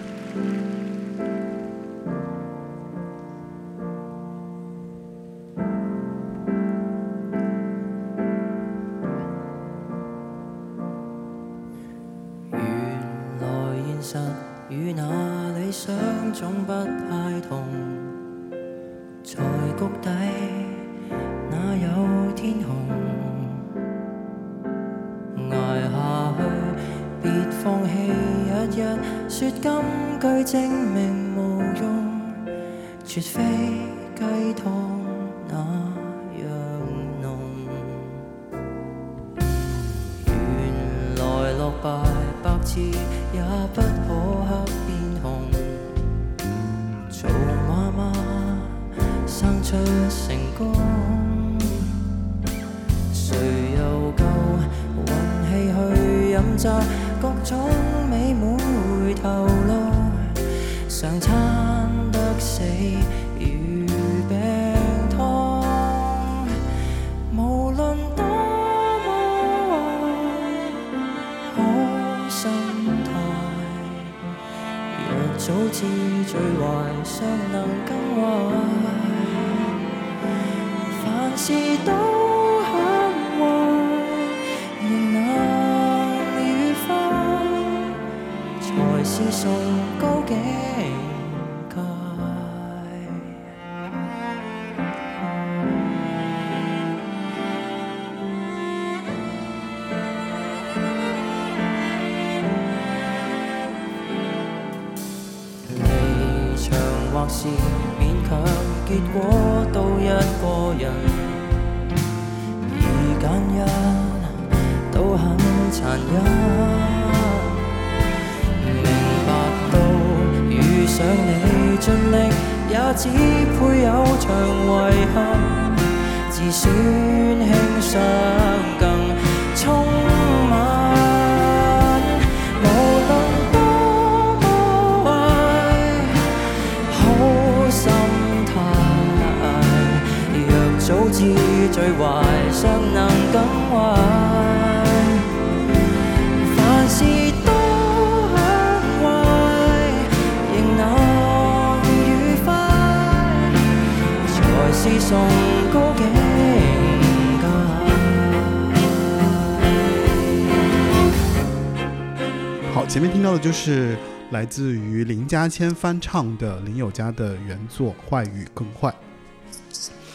原來現實與那理想總不太同。在谷底哪有天空？捱下去，別放棄日日說金句證明無用，絕非雞湯那樣濃。原來落敗百次也不可黑變紅，做媽媽生出成功，誰又夠運氣去飲炸各種美滿頭腦，常餐得死與病痛。無論多麼愛，好心態，若早知最壞，尚能更壞。凡事都很壞，仍能愉快，才是崇高境界。離場或是勉強，結果都一個人。揀一都很殘忍，明白到遇上你盡力也只配有場遺憾，自尊輕傷更充滿。無論多麼愛，好心態，若早知最壞，尚能更壞。凡事都很壞，仍能愉快，才是崇高境界。 好，前面听到的就是来自于林家谦翻唱的林宥嘉的原作《坏与更坏》。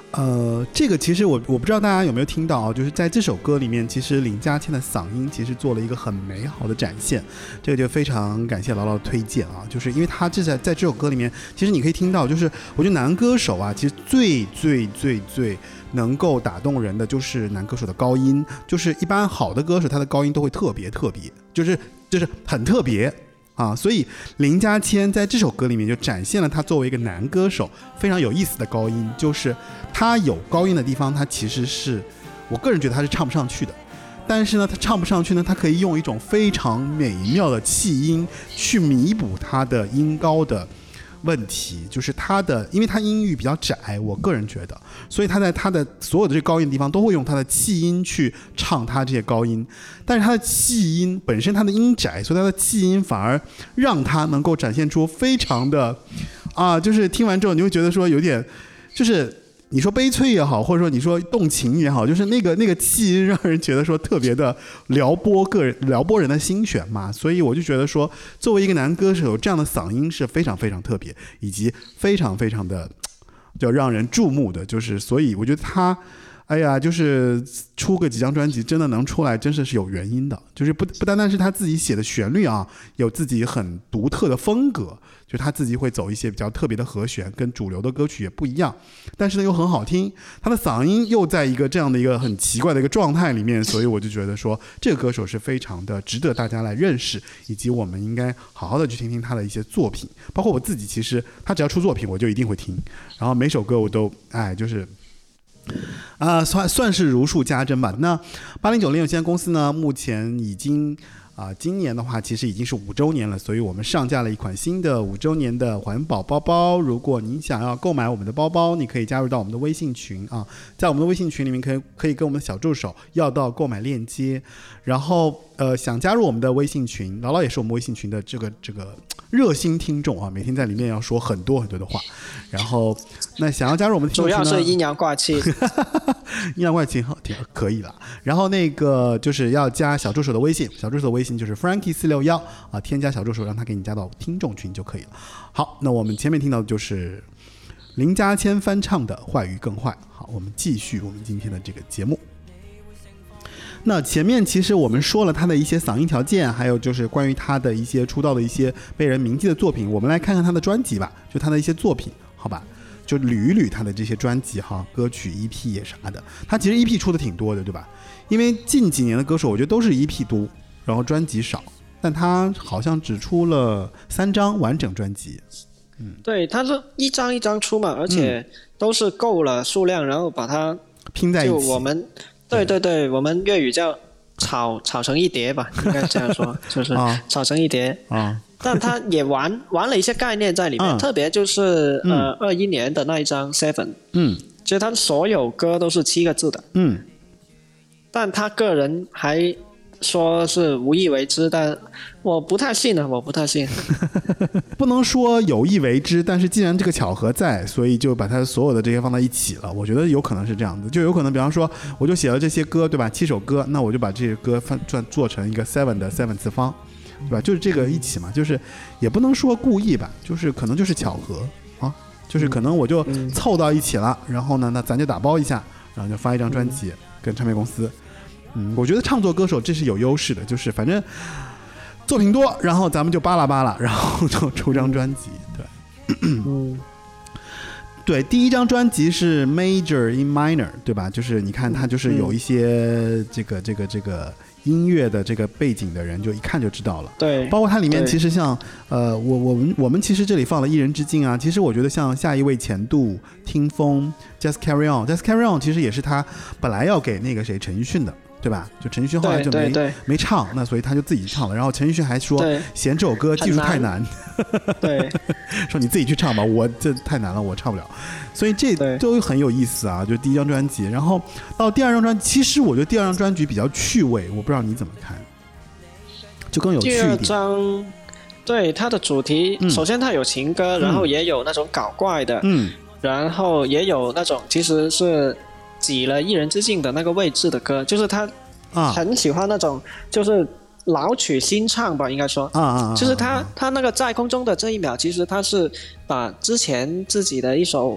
呃，这个其实我我不知道大家有没有听到啊，就是在这首歌里面，其实林嘉谦的嗓音其实做了一个很美好的展现，这个就非常感谢劳劳的推荐啊，就是因为他这在在这首歌里面，其实你可以听到，就是我觉得男歌手啊，其实最最最最能够打动人的就是男歌手的高音，就是一般好的歌手他的高音都会特别特别，就是就是很特别。啊，所以林嘉谦在这首歌里面就展现了他作为一个男歌手非常有意思的高音，就是他有高音的地方，他其实是我个人觉得他是唱不上去的，但是呢，他唱不上去呢，他可以用一种非常美妙的气音去弥补他的音高的问题，就是他的，因为他音域比较窄，我个人觉得，所以他在他的所有的这高音的地方都会用他的气音去唱他这些高音，但是他的气音本身他的音窄，所以他的气音反而让他能够展现出非常的啊，就是听完之后你会觉得说有点就是你说悲催也好，或者说你说动情也好，就是那个那个气音让人觉得说特别的撩拨个人撩拨人的心弦嘛，所以我就觉得说作为一个男歌手这样的嗓音是非常非常特别，以及非常非常的就让人注目的，就是所以我觉得他哎呀就是出个几张专辑真的能出来真是是有原因的，就是不不单单是他自己写的旋律啊有自己很独特的风格，就他自己会走一些比较特别的和弦，跟主流的歌曲也不一样，但是呢又很好听，他的嗓音又在一个这样的一个很奇怪的一个状态里面，所以我就觉得说这个歌手是非常的值得大家来认识，以及我们应该好好的去听听他的一些作品，包括我自己其实他只要出作品我就一定会听，然后每首歌我都哎就是啊、呃，算算是如数家珍吧。那八零九零有限公司呢，目前已经啊、呃，今年的话其实已经是五周年了，所以我们上架了一款新的五周年的环保包包。如果你想要购买我们的包包，你可以加入到我们的微信群啊，在我们的微信群里面可以可以跟我们的小助手要到购买链接，然后呃想加入我们的微信群，劳劳也是我们微信群的这个这个热心听众啊，每天在里面要说很多很多的话，然后那想要加入我们的听众群呢， 主要是阴阳怪气， 阴阳怪气好挺可以了。然后那个就是要加小助手的微信，小助手的微信就是 Frankie 四六一啊，添加小助手让他给你加到听众群就可以了。好，那我们前面听到的就是林嘉谦翻唱的《坏与更坏》。好，我们继续我们今天的这个节目。那前面其实我们说了他的一些嗓音条件，还有就是关于他的一些出道的一些被人铭记的作品，我们来看看他的专辑吧，就他的一些作品，好吧，就捋一捋他的这些专辑哈，歌曲 E P 也啥的，他其实 E P 出的挺多的，对吧？因为近几年的歌手我觉得都是 E P 多，然后专辑少，但他好像只出了三张完整专辑。嗯， 对，他是一张一张出嘛，而且都是够了数量，然后把它拼在一起。 就我们对对对，我们粤语叫炒炒成一碟吧，应该这样说，就是炒成一碟啊。 但他也玩玩了一些概念在里面，嗯、特别就是、嗯、呃二一年的那一张 Seven， 嗯， 其实他所有歌都是七个字的， 嗯， 但他个人还说是无意为之，但我不太信啊，我不太信。 不能说有意为之，但是既然这个巧合在，所以就把它所有的这些放在一起了。我觉得有可能是这样子，就有可能比方说我就写了这些歌，对吧？七首歌，那我就把这些歌翻做做成一个 seven 的 seven 次方，对吧？就是这个一起嘛，就是也不能说故意吧，就是可能就是巧合啊，就是可能我就凑到一起了，然后呢，那咱就打包一下，然后就发一张专辑跟唱片公司。嗯，我觉得唱作歌手这是有优势的，就是反正作品多，然后咱们就扒拉扒拉，然后就出张专辑。对， 嗯， 对，第一张专辑是 Major in Minor， 对吧？就是你看它就是有一些这个这个这个音乐的这个背景的人，就一看就知道了。 对， 包括它里面其实像呃，我我们我们其实这里放了一人之境啊，其实我觉得像下一位前度、听风、Just Carry On、Just Carry On， 其实也是他本来要给那个谁陈奕迅的。对吧？就陈奕迅后来就没没唱，那所以他就自己唱了。然后陈奕迅还说嫌这首歌技术太难， 对， 说你自己去唱吧，我这太难了，我唱不了。所以这都很有意思啊，就第一张专辑。然后到第二张专辑，其实我觉得第二张专辑比较趣味，我不知道你怎么看，就更有趣一点。 第二张，对它的主题，嗯、首先它有情歌，然后也有那种搞怪的， 嗯， 然后也有那种其实是。挤了一人之境的那个位置的歌，就是他很喜欢那种就是老曲新唱吧，应该说啊啊， 就是他他那个在空中的这一秒，其实他是把之前自己的一首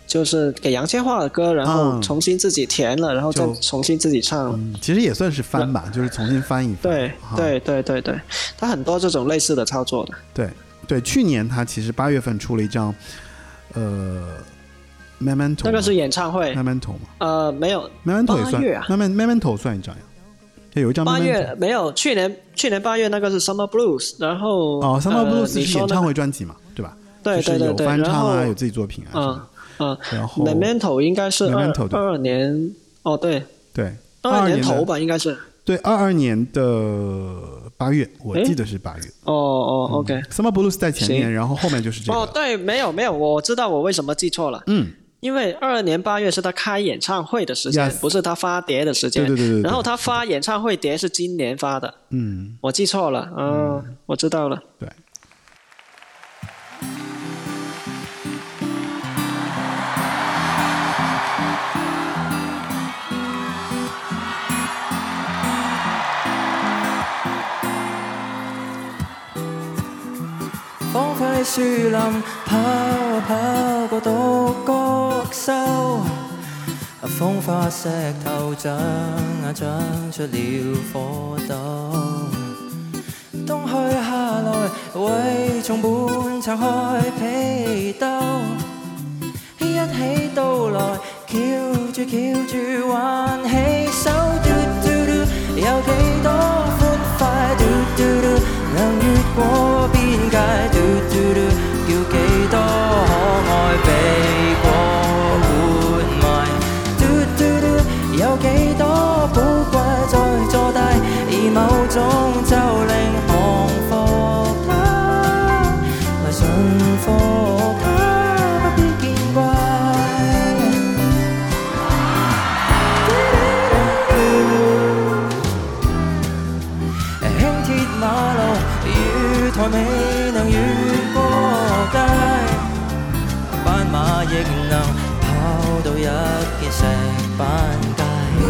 就是给杨千嬅的歌，然后重新自己填了，嗯、然后再重新自己唱、 嗯。其实也算是翻吧，就是重新翻一翻。 对对对对对，他很多这种类似的操作的。 对对，去年他其实八月份出了一张，呃 ，Memento， 那个是演唱会 ，Memento 吗？ 呃，没有 ，Memento 也算， 八月啊 ，Memento 算一张呀。有一张八月没有，去年去年八月那个是 Summer Blues， 然后哦 ，Summer Blues 是演唱会专辑嘛， 呃对吧？ 对对对对， 有翻唱啊，有自己作品啊， 嗯嗯， 然后 Memento 应该是二二二年，哦对对， 二二年头吧，应该是对二二年的八月，我记得是八月。 哦哦 ，OK，Summer Blues 在前面，然后后面就是这个。 哦，对，没有没有，我知道我为什么记错了， 嗯。 因为二二年八月是他开演唱会的时间， yes. 不是他发碟的时间。 对对 对, 对, 对。 然后他发演唱会碟是今年发的。 嗯， 我记错了。嗯，嗯我知道了。 对。 荒廢樹林，跑啊跑過獨角獸，風化石頭長啊長出了火豆，冬去夏來為松本拆開被兜，一起到來翹住翹住還起手，嘟嘟嘟有幾多歡快，嘟嘟嘟能越過邊界，嘟嘟嘟叫幾多可愛被過活埋，嘟嘟嘟有幾多寶貴在坐大，而某種就令降服它，來馴服它，不必見怪。輕鐵馬路月台未能越過街，斑馬亦能跑到一片石板街，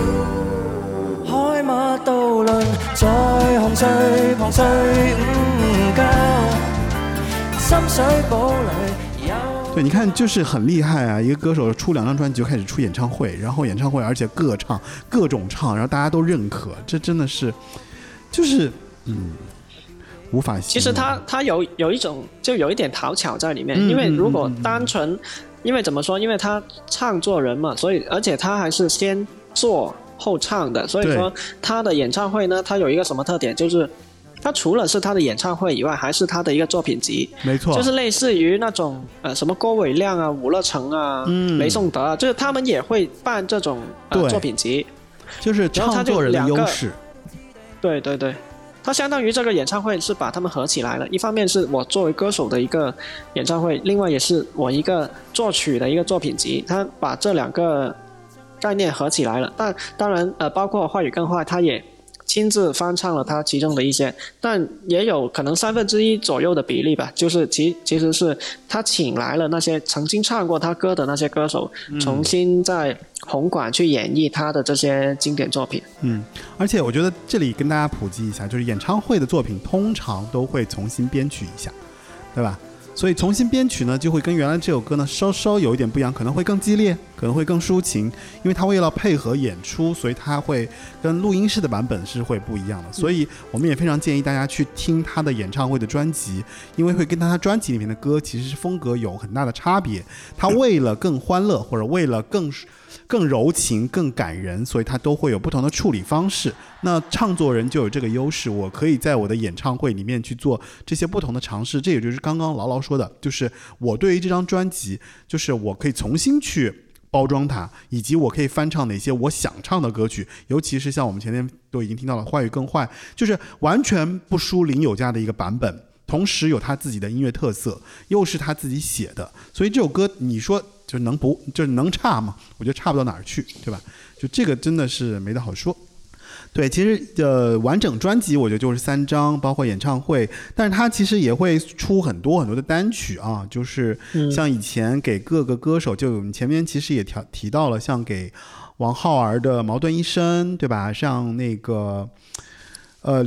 海馬渡輪在紅隧旁睡午覺，深水埗裏有。 对，你看就是很厲害啊！一個歌手出兩張專輯就開始出演唱會，然後演唱會而且各唱各種唱，然後大家都認可，這真的是就是嗯。无法其实他他有有一种就有一点讨巧在里面， 嗯、 因为如果单纯、嗯、因为怎么说，因为他唱作人嘛，所以而且他还是先做后唱的，所以说他的演唱会呢，他有一个什么特点，就是他除了是他的演唱会以外，还是他的一个作品集， 没错， 就是类似于那种呃什么郭伟亮啊、伍乐成啊、嗯、雷颂德啊，就是他们也会办这种呃作品集， 就是唱作人的优势， 对对对。它相当于这个演唱会是把他们合起来了，一方面是我作为歌手的一个演唱会，另外也是我一个作曲的一个作品集，他把这两个概念合起来了。但当然呃，包括坏与更坏，他也亲自翻唱了他其中的一些，但也有可能三分之一左右的比例吧，就是其其实是他请来了那些曾经唱过他歌的那些歌手，嗯、重新在红馆去演绎他的这些经典作品。 嗯，而且我觉得这里跟大家普及一下，就是演唱会的作品通常都会重新编曲一下，对吧？所以重新编曲呢，就会跟原来这首歌呢稍稍有一点不一样，可能会更激烈，可能会更抒情，因为它为了配合演出，所以它会跟录音室的版本是会不一样的。所以我们也非常建议大家去听他的演唱会的专辑，因为会跟他专辑里面的歌其实是风格有很大的差别。他为了更欢乐，或者为了更更柔情、更感人，所以他都会有不同的处理方式。那唱作人就有这个优势，我可以在我的演唱会里面去做这些不同的尝试。这也就是刚刚牢牢说的，就是我对于这张专辑，就是我可以重新去包装它，以及我可以翻唱哪些我想唱的歌曲，尤其是像我们前面都已经听到了坏与更坏，就是完全不输林宥嘉的一个版本，同时有他自己的音乐特色，又是他自己写的，所以这首歌你说就能不就是能差吗？我觉得差不到哪儿去，对吧？就这个真的是没得好说。对，其实呃完整专辑我觉得就是三张，包括演唱会，但是他其实也会出很多很多的单曲啊，就是像以前给各个歌手，就我们前面其实也提提到了，像给王浩儿的《矛盾一生》，对吧？像那个呃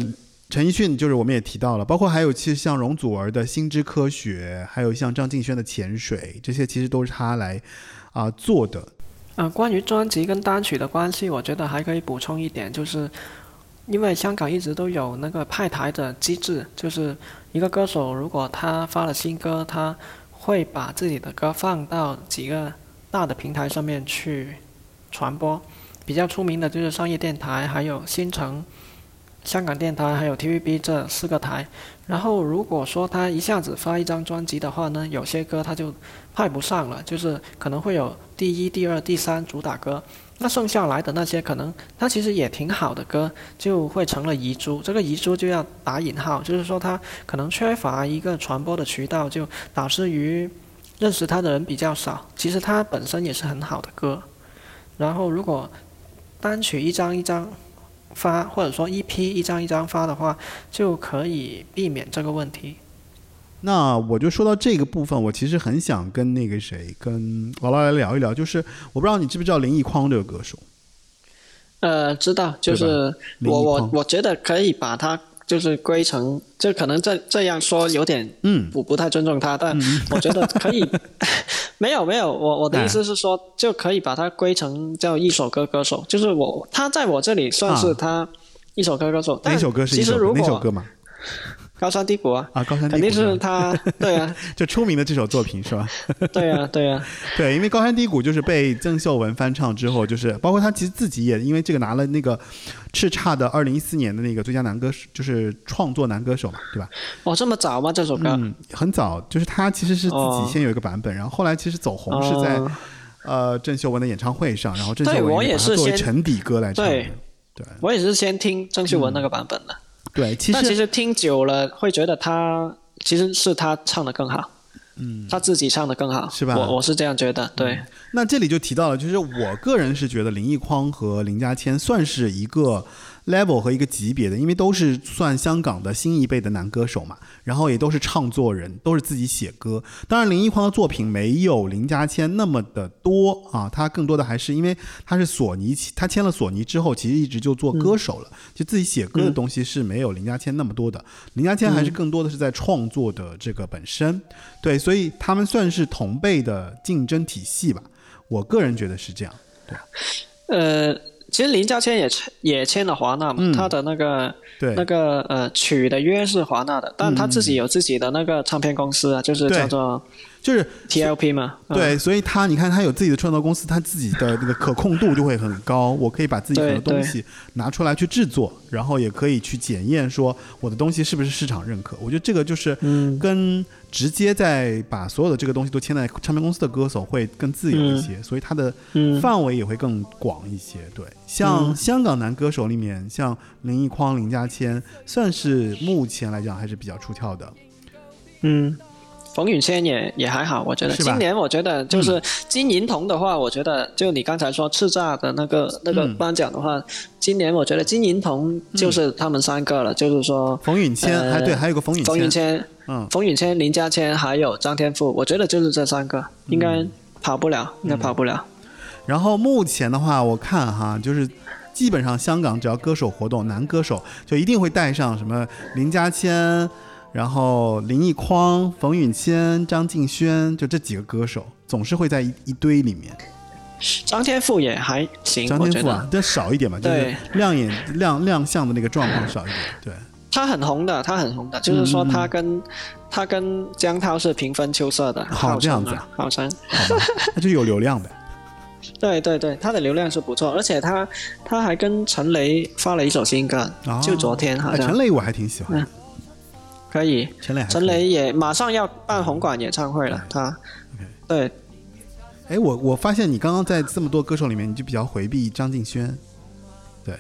陈奕迅就是我们也提到了，包括还有其实像容祖儿的心之科学，还有像张敬轩的潜水，这些其实都是他来啊、呃、做的。 呃，关于专辑跟单曲的关系，我觉得还可以补充一点，就是因为香港一直都有那个派台的机制，就是一个歌手如果他发了新歌，他会把自己的歌放到几个大的平台上面去传播。比较出名的就是商业电台，还有新城、香港电台还有 T V B 这四个台。然后如果说他一下子发一张专辑的话呢，有些歌他就派不上了，就是可能会有第一、第二、第三主打歌，那剩下来的那些可能他其实也挺好的歌，就会成了遗珠。这个遗珠就要打引号，就是说他可能缺乏一个传播的渠道，就导致于认识他的人比较少。其实他本身也是很好的歌，然后如果单曲一张一张发，或者说 E P 一张一张发的话，就可以避免这个问题。 那我就说到这个部分，我其实很想跟那个谁，跟姥姥来聊一聊，就是我不知道你知不知道林奕匡这个歌手。 呃，知道，就是我我我觉得可以把它就是归成，就可能这这样说有点嗯不不太尊重他，但我觉得可以。没有没有，我我的意思是说，就可以把它归成叫一首歌歌手，就是我他在我这里算是他一首歌歌手。 哪首歌是一首歌？哪首歌嘛？ 高山低谷啊！ 啊，高山低谷肯定是他，对啊， 就出名的这首作品是吧？ 对啊，对啊， 对，因为高山低谷就是被郑秀文翻唱之后，就是包括他其实自己也因为这个拿了那个叱咤的二零一四年的那个最佳男歌手，就是创作男歌手嘛，对吧？ 哦，这么早吗？这首歌？ 嗯，很早，就是他其实是自己先有一个版本，哦、然后后来其实走红是在、哦、呃郑秀文的演唱会上，然后郑秀文也把它作为沉底歌来唱的。 对，对，我也是先听郑秀文那个版本的。嗯对，其实但其实听久了会觉得他其实是他唱的更好，嗯，他自己唱的更好， 是吧？ 我我是这样觉得，对、嗯。 那这里就提到了，就是我个人是觉得林奕匡和林家谦算是一个 level 和一个级别的，因为都是算香港的新一辈的男歌手嘛，然后也都是唱作人，都是自己写歌。当然林奕匡的作品没有林家谦那么的多啊，他更多的还是因为他是索尼，他签了索尼之后其实一直就做歌手了、嗯、就自己写歌的东西是没有林家谦那么多的、嗯、林家谦还是更多的是在创作的这个本身，对，所以他们算是同辈的竞争体系吧，我个人觉得是这样。对， 呃其实林家谦也也签了华纳嘛、嗯，他的那个那个呃曲的约是华纳的，但他自己有自己的那个唱片公司啊，就是叫做就是 T L P 嘛。 对， 嗯、 所以他你看他有自己的创作公司，他自己的那个可控度就会很高，我可以把自己的东西拿出来去制作，然后也可以去检验说我的东西是不是市场认可。我觉得这个就是跟直接在把所有的这个东西都签在唱片公司的歌手会更自由一些、嗯、所以他的范围也会更广一些。对，像香港男歌手里面，像林奕匡、林家谦算是目前来讲还是比较出挑的。 嗯，冯允谦也也还好，我觉得今年我觉得就是金银铜的话、嗯、我觉得就你刚才说叱咤的那个那个颁奖的话、嗯、今年我觉得金银铜就是他们三个了、嗯、就是说冯允谦、呃、还对还有个冯允谦冯允谦嗯，冯允谦、林家谦还有张天赋，我觉得就是这三个应该跑不了、嗯、应该跑不了。 然后目前的话我看哈，就是基本上香港只要歌手活动，男歌手就一定会带上什么林家谦，然后林奕匡、冯允谦、张敬轩，就这几个歌手总是会在 一, 一堆里面。 张天赋也还行， 张天赋啊，但少一点嘛，就是亮眼亮亮相的那个状况少一点。对， 他很红的，他很红的，就是说他跟、嗯、他跟江涛是平分秋色的。 好，这样子啊， 好像那就有流量呗。 对对对，他的流量是不错，而且他他还跟陈雷发了一首新歌、哦、就昨天好像。 陈雷我还挺喜欢的、嗯、 可以， 陈雷还可以， 陈雷也马上要办红馆演唱会了，他对。 哎，我我发现你刚刚在这么多歌手里面，你就比较回避张敬轩，对。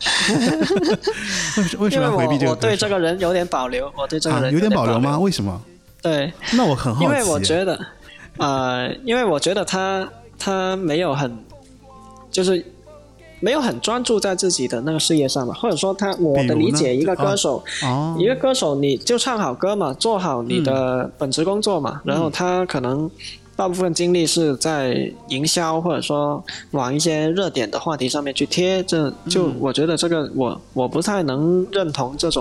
为什么要回避这个歌手？ 因为我我对这个人有点保留，我对这个人有点保留吗？为什么？ 对， 那我很好奇。 因为我觉得，呃，因为我觉得他他没有很，就是没有很专注在自己的那个事业上嘛，或者说他我的理解，一个歌手、哦，一个歌手你就唱好歌嘛，做好你的本职工作嘛，嗯、然后他可能。大部分精力是在营销，或者说往一些热点的话题上面去贴，这就我觉得这个我我不太能认同这种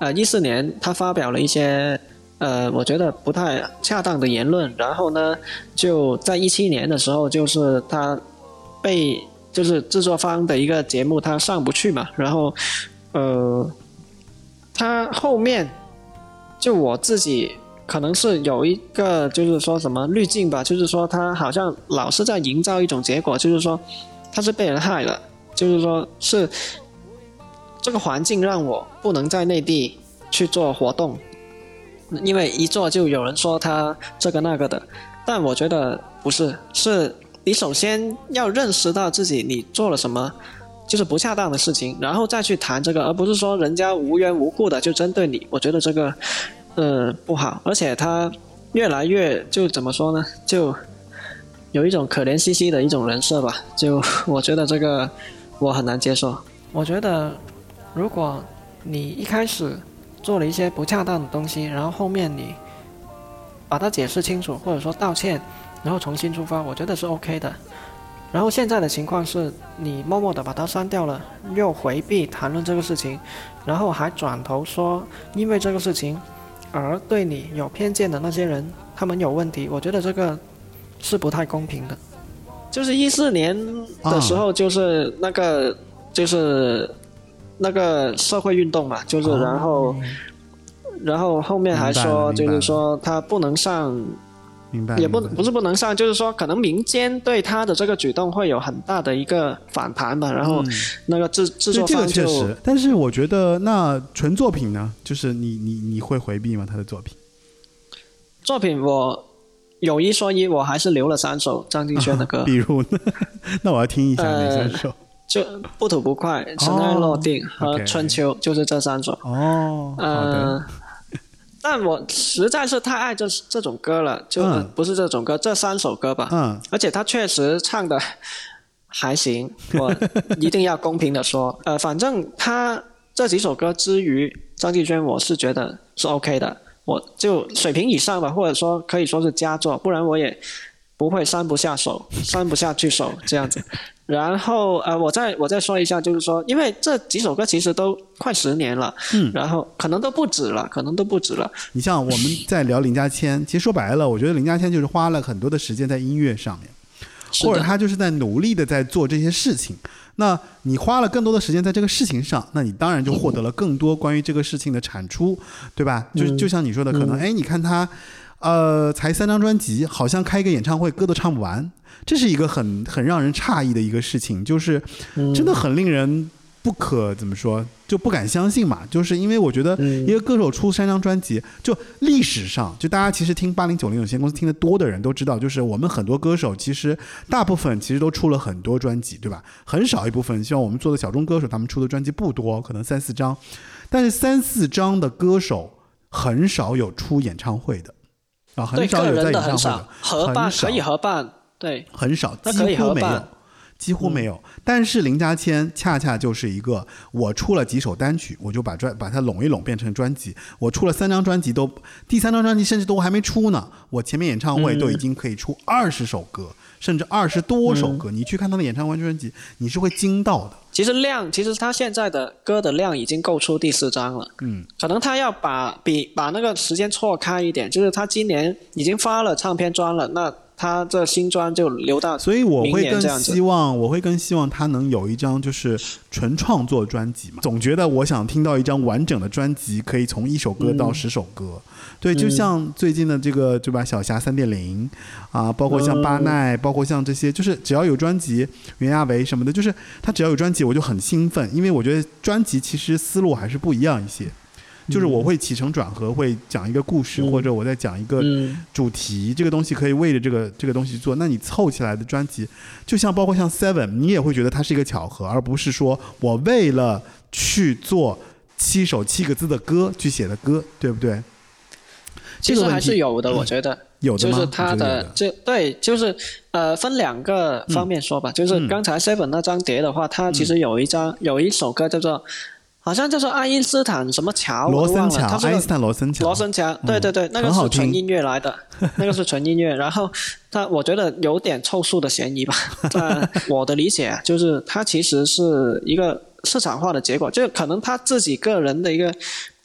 呃一四年他发表了一些呃我觉得不太恰当的言论，然后呢就在一七年的时候，就是他被就是制作方的一个节目他上不去嘛，然后呃他后面就我自己可能是有一个就是说什么滤镜吧，就是说他好像老是在营造一种结果，就是说他是被人害了，就是说是这个环境让我不能在内地去做活动，因为一做就有人说他这个那个的，但我觉得不是，是你首先要认识到自己你做了什么就是不恰当的事情，然后再去谈这个，而不是说人家无缘无故的就针对你，我觉得这个呃不好，而且他越来越就怎么说呢，就有一种可怜兮兮的一种人设吧，就我觉得这个我很难接受。 我觉得如果你一开始做了一些不恰当的东西，然后后面你把它解释清楚，或者说道歉，然后重新出发，我觉得是 OK 的。然后现在的情况是你默默的把它删掉了，又回避谈论这个事情，然后还转头说因为这个事情而对你有偏见的那些人他们有问题，我觉得这个是不太公平的。 就是一四年的时候，就是那个、啊、就是那个社会运动嘛，就是然后、哦、然后后面还说就是说他不能上， 明白， 也不不是不能上，就是说可能民间对他的这个举动会有很大的一个反弹吧，然后那个制、嗯、制作方就这个确实，但是我觉得那纯作品呢，就是你你你会回避吗？他的作品作品我有一说一，我还是留了三首张敬轩的歌、啊、 比如呢那我要听一下哪三首、呃、 就不吐不快、尘埃落定和春秋、哦 okay、就是这三首哦。 呃好的， 但我实在是太爱这这种歌了，就、嗯、不是这种歌，这三首歌吧。 嗯， 而且他确实唱的还行，我一定要公平的说，呃，反正他这几首歌之于张敬轩，我是觉得是 OK 的，我就水平以上吧，或者说可以说是佳作，不然我也不会删不下手，删不下去手这样子。然后呃，我再我再说一下，就是说，因为这几首歌其实都快十年了， 嗯， 然后可能都不止了，可能都不止了。 你像我们在聊林家谦，其实说白了，我觉得林家谦就是花了很多的时间在音乐上面，或者他就是在努力的在做这些事情。那你花了更多的时间在这个事情上，那你当然就获得了更多关于这个事情的产出，对吧？就就像你说的，可能哎，你看他。呃，才三张专辑，好像开一个演唱会歌都唱不完，这是一个很很让人诧异的一个事情，就是真的很令人不可怎么说，就不敢相信嘛。就是因为我觉得一个歌手出三张专辑，就历史上，就大家其实听八零九零有限公司听得多的人都知道，就是我们很多歌手其实大部分其实都出了很多专辑，对吧？很少一部分像我们做的小众歌手，他们出的专辑不多，可能三四张，但是三四张的歌手很少有出演唱会的。啊，很少有在演唱会的， 合办可以合办，对， 很少，几乎没有，几乎没有。嗯、但是林家谦恰恰就是一个，我出了几首单曲，我就把专把它拢一拢变成专辑。我出了三张专辑都，第三张专辑甚至都还没出呢，我前面演唱会都已经可以出二十首歌，嗯、甚至二十多首歌。嗯、你去看他的演唱会专辑，你是会惊到的。 其实量，其实他现在的歌的量已经够出第四张了。 嗯， 可能他要把比把那个时间错开一点，就是他今年已经发了唱片专了，那他这新专就留到明年这样子。 所以我会更希望，我会更希望他能有一张就是纯创作专辑嘛。总觉得我想听到一张完整的专辑，可以从一首歌到十首歌。嗯、对，就像最近的这个对吧，小霞三点零啊，包括像巴奈，嗯、包括像这些，就是只要有专辑，袁娅维什么的，就是他只要有专辑，我就很兴奋，因为我觉得专辑其实思路还是不一样一些。就是我会起承转合，会讲一个故事，嗯、或者我在讲一个主题，嗯、这个东西可以为了这个这个东西做。那你凑起来的专辑，就像包括像 Seven， 你也会觉得它是一个巧合，而不是说我为了去做七首七个字的歌去写的歌，对不对？ 其实还是有的，我觉得有的吗？ 就是它的这对，就是呃，分两个方面说吧。嗯、就是刚才 Seven 那张碟的话，它其实有一张、嗯、有一首歌叫做。好像叫做爱因斯坦什么桥， 罗森桥， 它是爱因斯坦罗森桥， 罗森桥，对对对，嗯、那个是纯音乐来的，那个是纯音乐。然后它，我觉得有点凑数的嫌疑吧。但我的理解就是，它其实是一个市场化的结果，就可能他自己个人的一个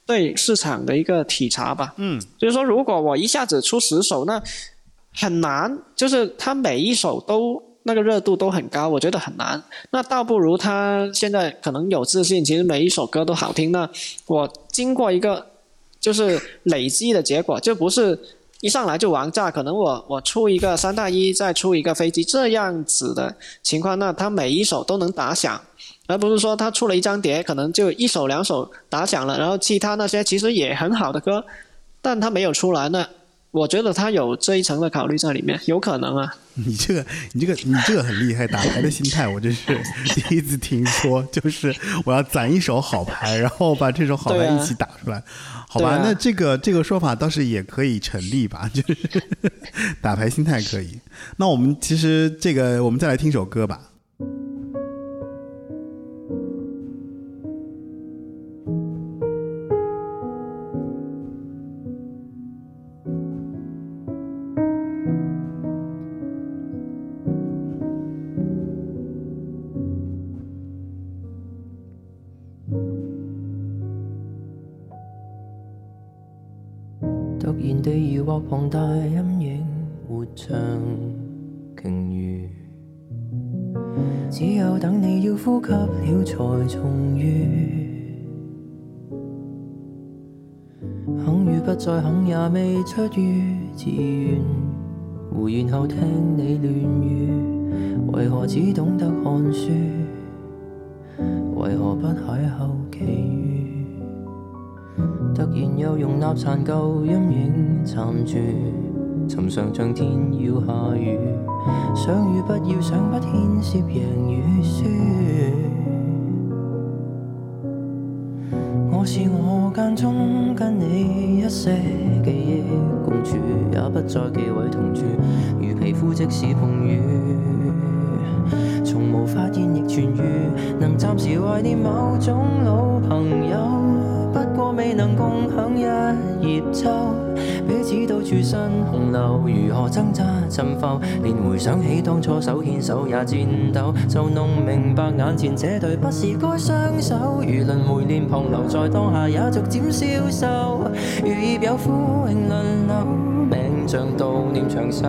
对市场的一个体察吧。 嗯， 就是说如果我一下子出十首，那很难，就是他每一首都那个热度都很高，我觉得很难。那倒不如他现在可能有自信，其实每一首歌都好听。那我经过一个就是累积的结果，就不是一上来就王炸，可能我我出一个三大一，再出一个飞机这样子的情况，那他每一首都能打响，而不是说他出了一张碟，可能就一首两首打响了，然后其他那些其实也很好的歌，但他没有出来呢。我觉得他有这一层的考虑在里面，有可能啊。 你这个，你这个，你这个很厉害，打牌的心态我真是第一次听说，就是我要攒一手好牌，然后把这手好牌一起打出来，啊、好吧？啊、那这个这个说法倒是也可以成立吧，就是打牌心态可以。那我们其实这个，我们再来听首歌吧。 突然地疑惑龐大陰影活像鯨魚，只有等你要呼吸了才重遇。肯與不再肯也未出於自願，胡言後聽你亂語，為何只懂得看書？為何不邂逅奇遇？突然又容納殘舊陰影暫住，尋常像天要下雨，想與不要想不牽涉贏與輸。我是我間中跟你一些記憶共處，也不再忌諱同住，如皮膚即使碰雨，從無發現亦痊癒，能暫時懷念某種老朋友。不過未能共享一葉舟，彼此到處新洪流，如何掙扎沉浮，連回想起當初手牽手也顫抖，就弄明白眼前這對不是該雙手，如輪迴臉龐留在當下也逐漸消瘦，如葉有枯榮輪流，命像悼念長壽，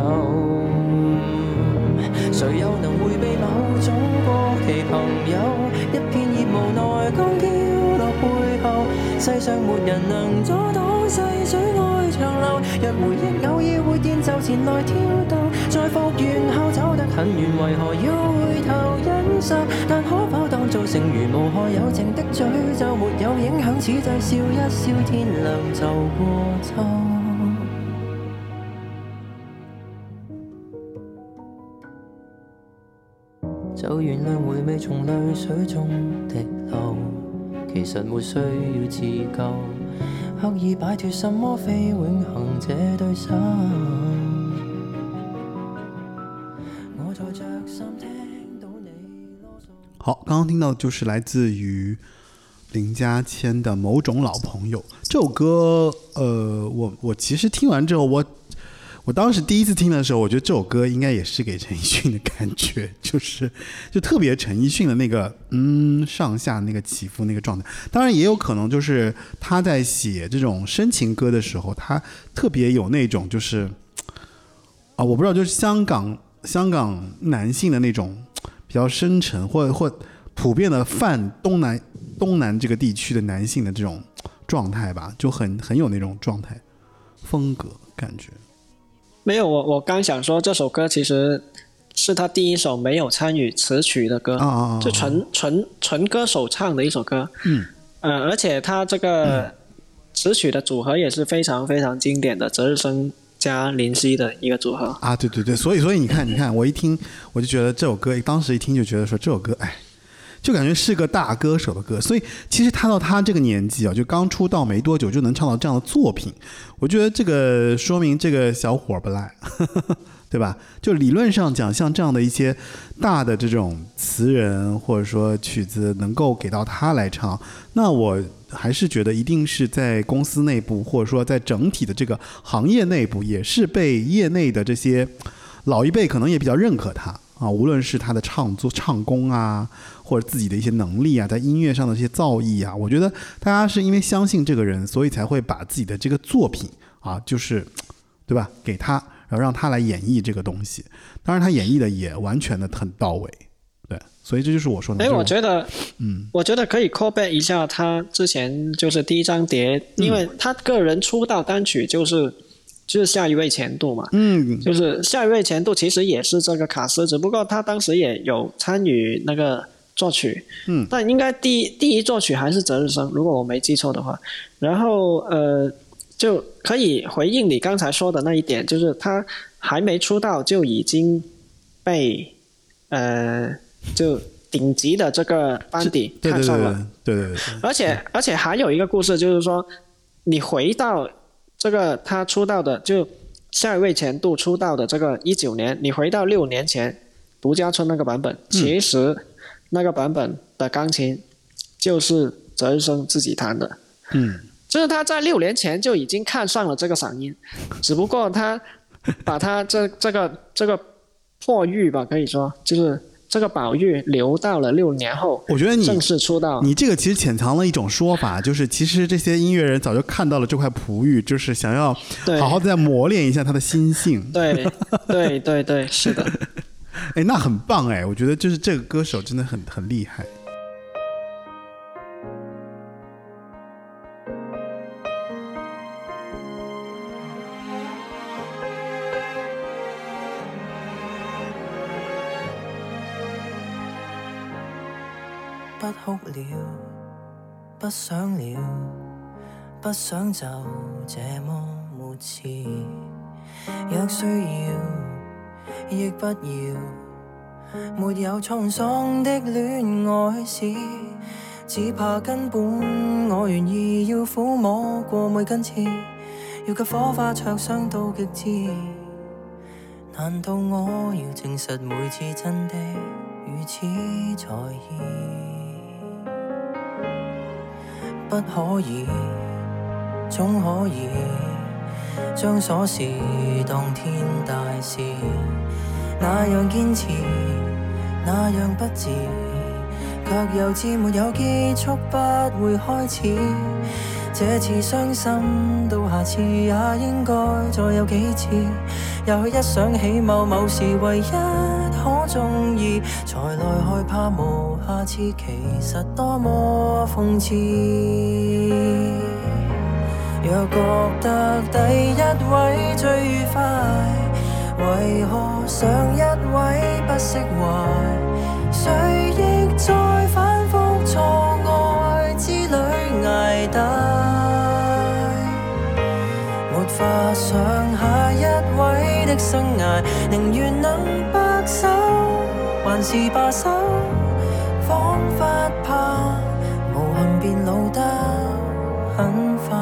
誰又能迴避某種過期朋友，一片葉無奈剛飄落背後，世上沒人能阻擋細水愛長流，若回憶偶爾會見就前來挑逗，在復原後走得很遠，為何要回頭忍受？但可否當做成如無害有情的詛咒，沒有影響，此際笑一笑，天亮就過秋。就原諒回味從淚水中滴流，其實沒需要自救，刻意擺脫什麼非永恆這對手。我在着衫聽到你囉嗦。 好，剛剛聽到就是來自於林家謙的《某種老朋友》這首歌，呃，我我其實聽完之後，我我當時第一次聽的時候，我覺得這首歌應該也是給陳奕迅的感覺，就是就特別陳奕迅的那個嗯上下那個起伏那個狀態。當然也有可能就是他在寫這種深情歌的時候，他特別有那種就是啊，我不知道，就是香港香港男性的那種比較深沉或或普遍的泛東南東南這個地區的男性的這種狀態吧，就很很有那種狀態風格感覺。 沒有，我我剛想說這首歌其實是他第一首沒有參與詞曲的歌，啊、就純純純歌手唱的一首歌。嗯，呃，而且他這個詞曲的組合也是非常非常經典的，澤日生加林夕的一個組合。啊， 對對對，所以所以你看，你看，我一聽我就覺得這首歌，當時一聽就覺得說這首歌，哎。就感覺是個大歌手的歌，所以其實他到他這個年紀啊，就剛出道沒多久就能唱到這樣的作品，我覺得這個說明這個小伙不賴，呵呵，對吧？就理論上講，像這樣的一些大的這種詞人或者說曲子能夠給到他來唱，那我還是覺得一定是在公司內部或者說在整體的這個行業內部，也是被業內的這些老一輩可能也比較認可他。 啊，无论是他的唱作、唱功啊，或者自己的一些能力啊，在音乐上的一些造诣啊，我觉得大家是因为相信这个人，所以才会把自己的这个作品啊，就是对吧，给他，然后让他来演绎这个东西。当然，他演绎的也完全的很到位，对，所以这就是我说的。 哎，我觉得， 嗯， 我觉得可以 call back 一下他之前就是第一张碟，嗯、因为他个人出道单曲就是。就是下一位前度嘛， 嗯， 就是下一位前度其实也是这个卡斯，只不过他当时也有参与那个作曲， 嗯， 但应该第一第一作曲还是泽日生，如果我没记错的话。然后呃，就可以回应你刚才说的那一点，就是他还没出道就已经被呃就顶级的这个班底看上了， 对对 对, 对, 对, 对, 对, 对， 而且而且还有一个故事，就是说你回到。这个他出道的就下一位前度出道的这个一九年，你回到六年前独家村那个版本，嗯、其实那个版本的钢琴就是泽日生自己弹的， 嗯， 就是他在六年前就已经看上了这个嗓音，只不过他把他这这个这个破玉吧，可以说就是这个宝玉留到了六年后， 我觉得你正式出道。 你这个其实潜藏了一种说法，就是其实这些音乐人早就看到了这块璞玉，就是想要好好再磨练一下他的心性。 对对对对，是的。 哎，那很棒哎，我觉得就是这个歌手真的很很厉害。 不哭了，不想了，不想就這麼沒詞。若需要，亦不要，沒有滄桑的戀愛史，只怕根本我願意要撫摸過每根刺，要給火花灼傷到極致。難道我要證實每次真的如此在意？不可以，總可以將瑣事當天大事，那樣堅持，那樣不智，卻又知沒有結束，不會開始。這次傷心到下次也應該再有幾次，也許一想起某某事唯一可中意，才來害怕無下次，其實多麼諷刺。若覺得第一位最愉快，為何上一位不釋懷？誰亦在反覆錯愛之旅捱大，沒法想下一位的生涯，寧願能白首，還是罷手，彷彿怕無憾變老得很快。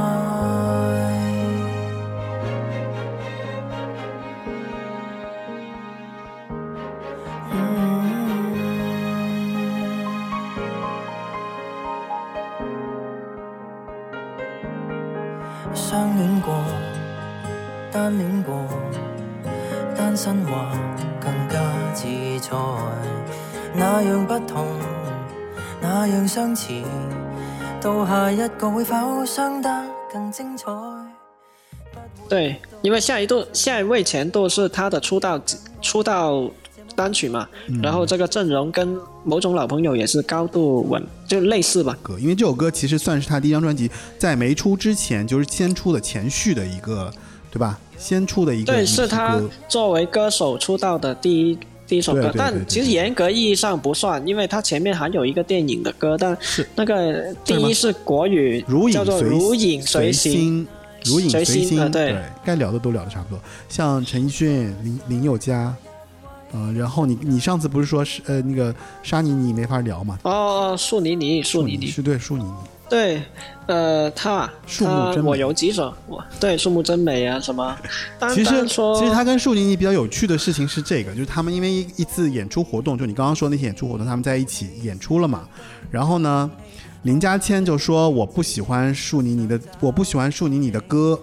相戀過，單戀過，單身話更加自在，那樣不同，那樣相似，到下一個會否傷得更精彩？ 對，因為下一度下一位前度是他的出道出道單曲嘛、嗯，然後這個陣容跟某種老朋友也是高度穩，就類似吧。 因為這首歌其實算是他第一張專輯在沒出之前，就是先出的前序的一個，對吧？先出的一個。 對，是他作為歌手出道的第一第一首歌， 對對對對對， 但其實嚴格意義上不算，因為他前面還有一個電影的歌，但那個第一是國語，叫做《如影隨形》。 如影隨形、 啊、對， 對，該聊的都聊得差不多。像陳奕迅、林林宥嘉。呃，然後你你上次不是說是呃那個沙妮妮沒法聊嘛？ 哦，樹妮妮，樹妮妮是對樹妮妮。 對，呃，他樹木真美， 我有幾首，我對樹木真美啊什麼。 其實其實他跟樹妮妮比較有趣的事情是這個，就是他們因為一一次演出活動，就你剛剛說那些演出活動，他們在一起演出了嘛。然後呢，林家謙就說我不喜歡樹妮妮的，我不喜歡樹妮妮的歌。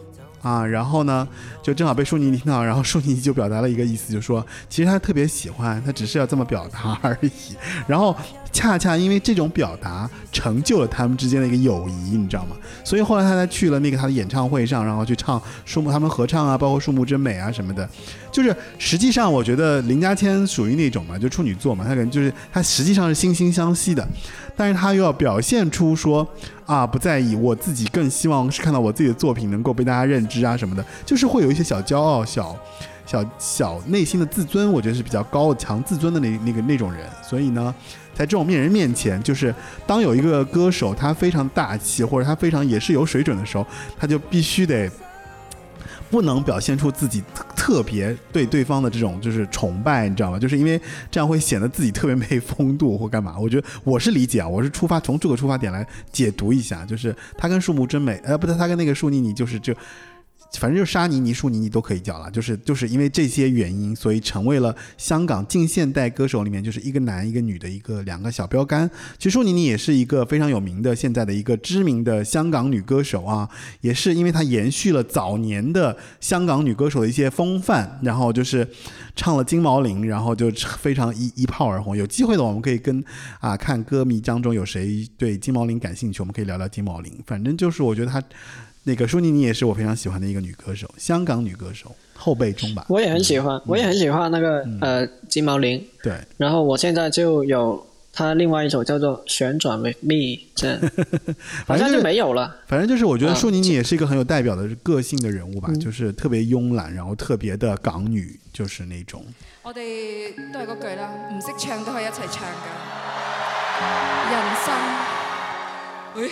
啊，然后呢，就正好被舒妮妮听到，然后舒妮妮就表达了一个意思，就说其实他特别喜欢，他只是要这么表达而已。然后恰恰因为这种表达成就了他们之间的一个友谊，你知道吗？所以后来他才去了那个他的演唱会上，然后去唱树木他们合唱啊，包括树木真美啊什么的。就是实际上我觉得林家谦属于那种嘛，就处女座嘛，他可能就是他实际上是惺惺相惜的，但是他又要表现出说啊不在意，我自己更希望是看到我自己的作品能够被大家认知啊什么的，就是会有一些小骄傲、小小小内心的自尊，我觉得是比较高强自尊的那那个那种人。所以呢，在这种面人面前，就是当有一个歌手他非常大气，或者他非常也是有水准的时候，他就必须得不能表现出自己特别对对方的这种就是崇拜，你知道吗？就是因为这样会显得自己特别没风度或干嘛。我觉得我是理解啊，我是出发从这个出发点来解读一下，就是他跟树木真美，呃，不对，他跟那个舒妮妮就是就。反正就是沙妮妮、舒妮妮都可以叫了，就是就是因为这些原因，所以成为了香港近现代歌手里面就是一个男一个女的一个两个小标杆。其实舒妮妮也是一个非常有名的现在的一个知名的香港女歌手啊，也是因为她延续了早年的香港女歌手的一些风范，然后就是唱了金毛玲，然后就非常一一炮而红。有机会的我们可以跟啊看歌迷当中有谁对金毛玲感兴趣，我们可以聊聊金毛玲。反正就是我觉得她。那个舒妮妮也是我非常喜欢的一个女歌手，香港女歌手，后辈中吧。 我也很喜欢，嗯、我也很喜欢那个、 嗯、 呃金毛玲。 对。 然后我现在就有她另外一首叫做《旋转 with me》，这样好像就没有了。 反正就是我觉得舒妮妮也是一个很有代表的个性的人物吧， 嗯、 就是特别慵懒，然后特别的港女，就是那種。 我哋都係嗰句啦，唔識唱都可以一齊唱㗎。人生，喂。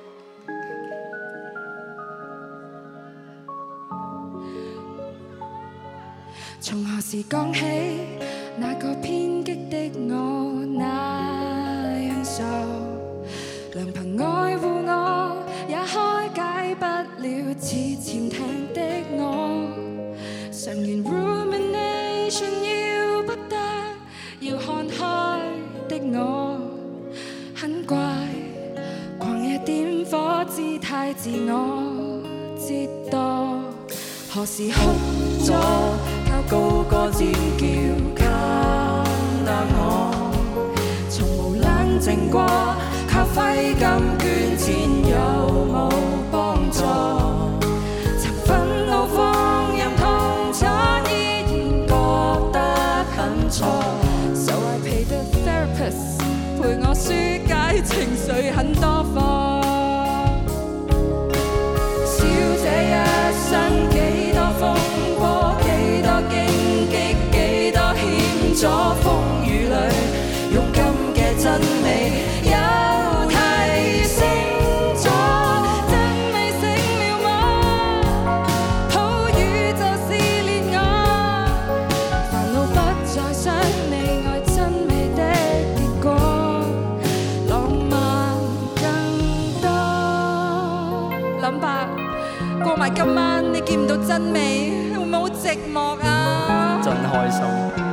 從何時講起，那個偏激的我那樣傻，良朋愛護我，也開解不了似潛艇的我。常言 rumination 要不得，要看開的我，很怪，狂野點火姿態自我折墮，何時哭咗？高歌尖叫給得我，從無冷靜過，靠揮金捐錢有冇幫助？曾憤怒放任痛楚，依然覺得很錯。So I paid a therapist 陪我紓解情緒很多課。小姐一生幾多風波，幾多荊棘，幾多險阻，風雨裏勇敢嘅真美又提升咗，真美醒了我，好宇宙試煉我，煩惱不再想你愛真美的結果，浪漫更多。諗白過埋今晚，你見唔到真美，會唔會好寂寞啊？ 真開心。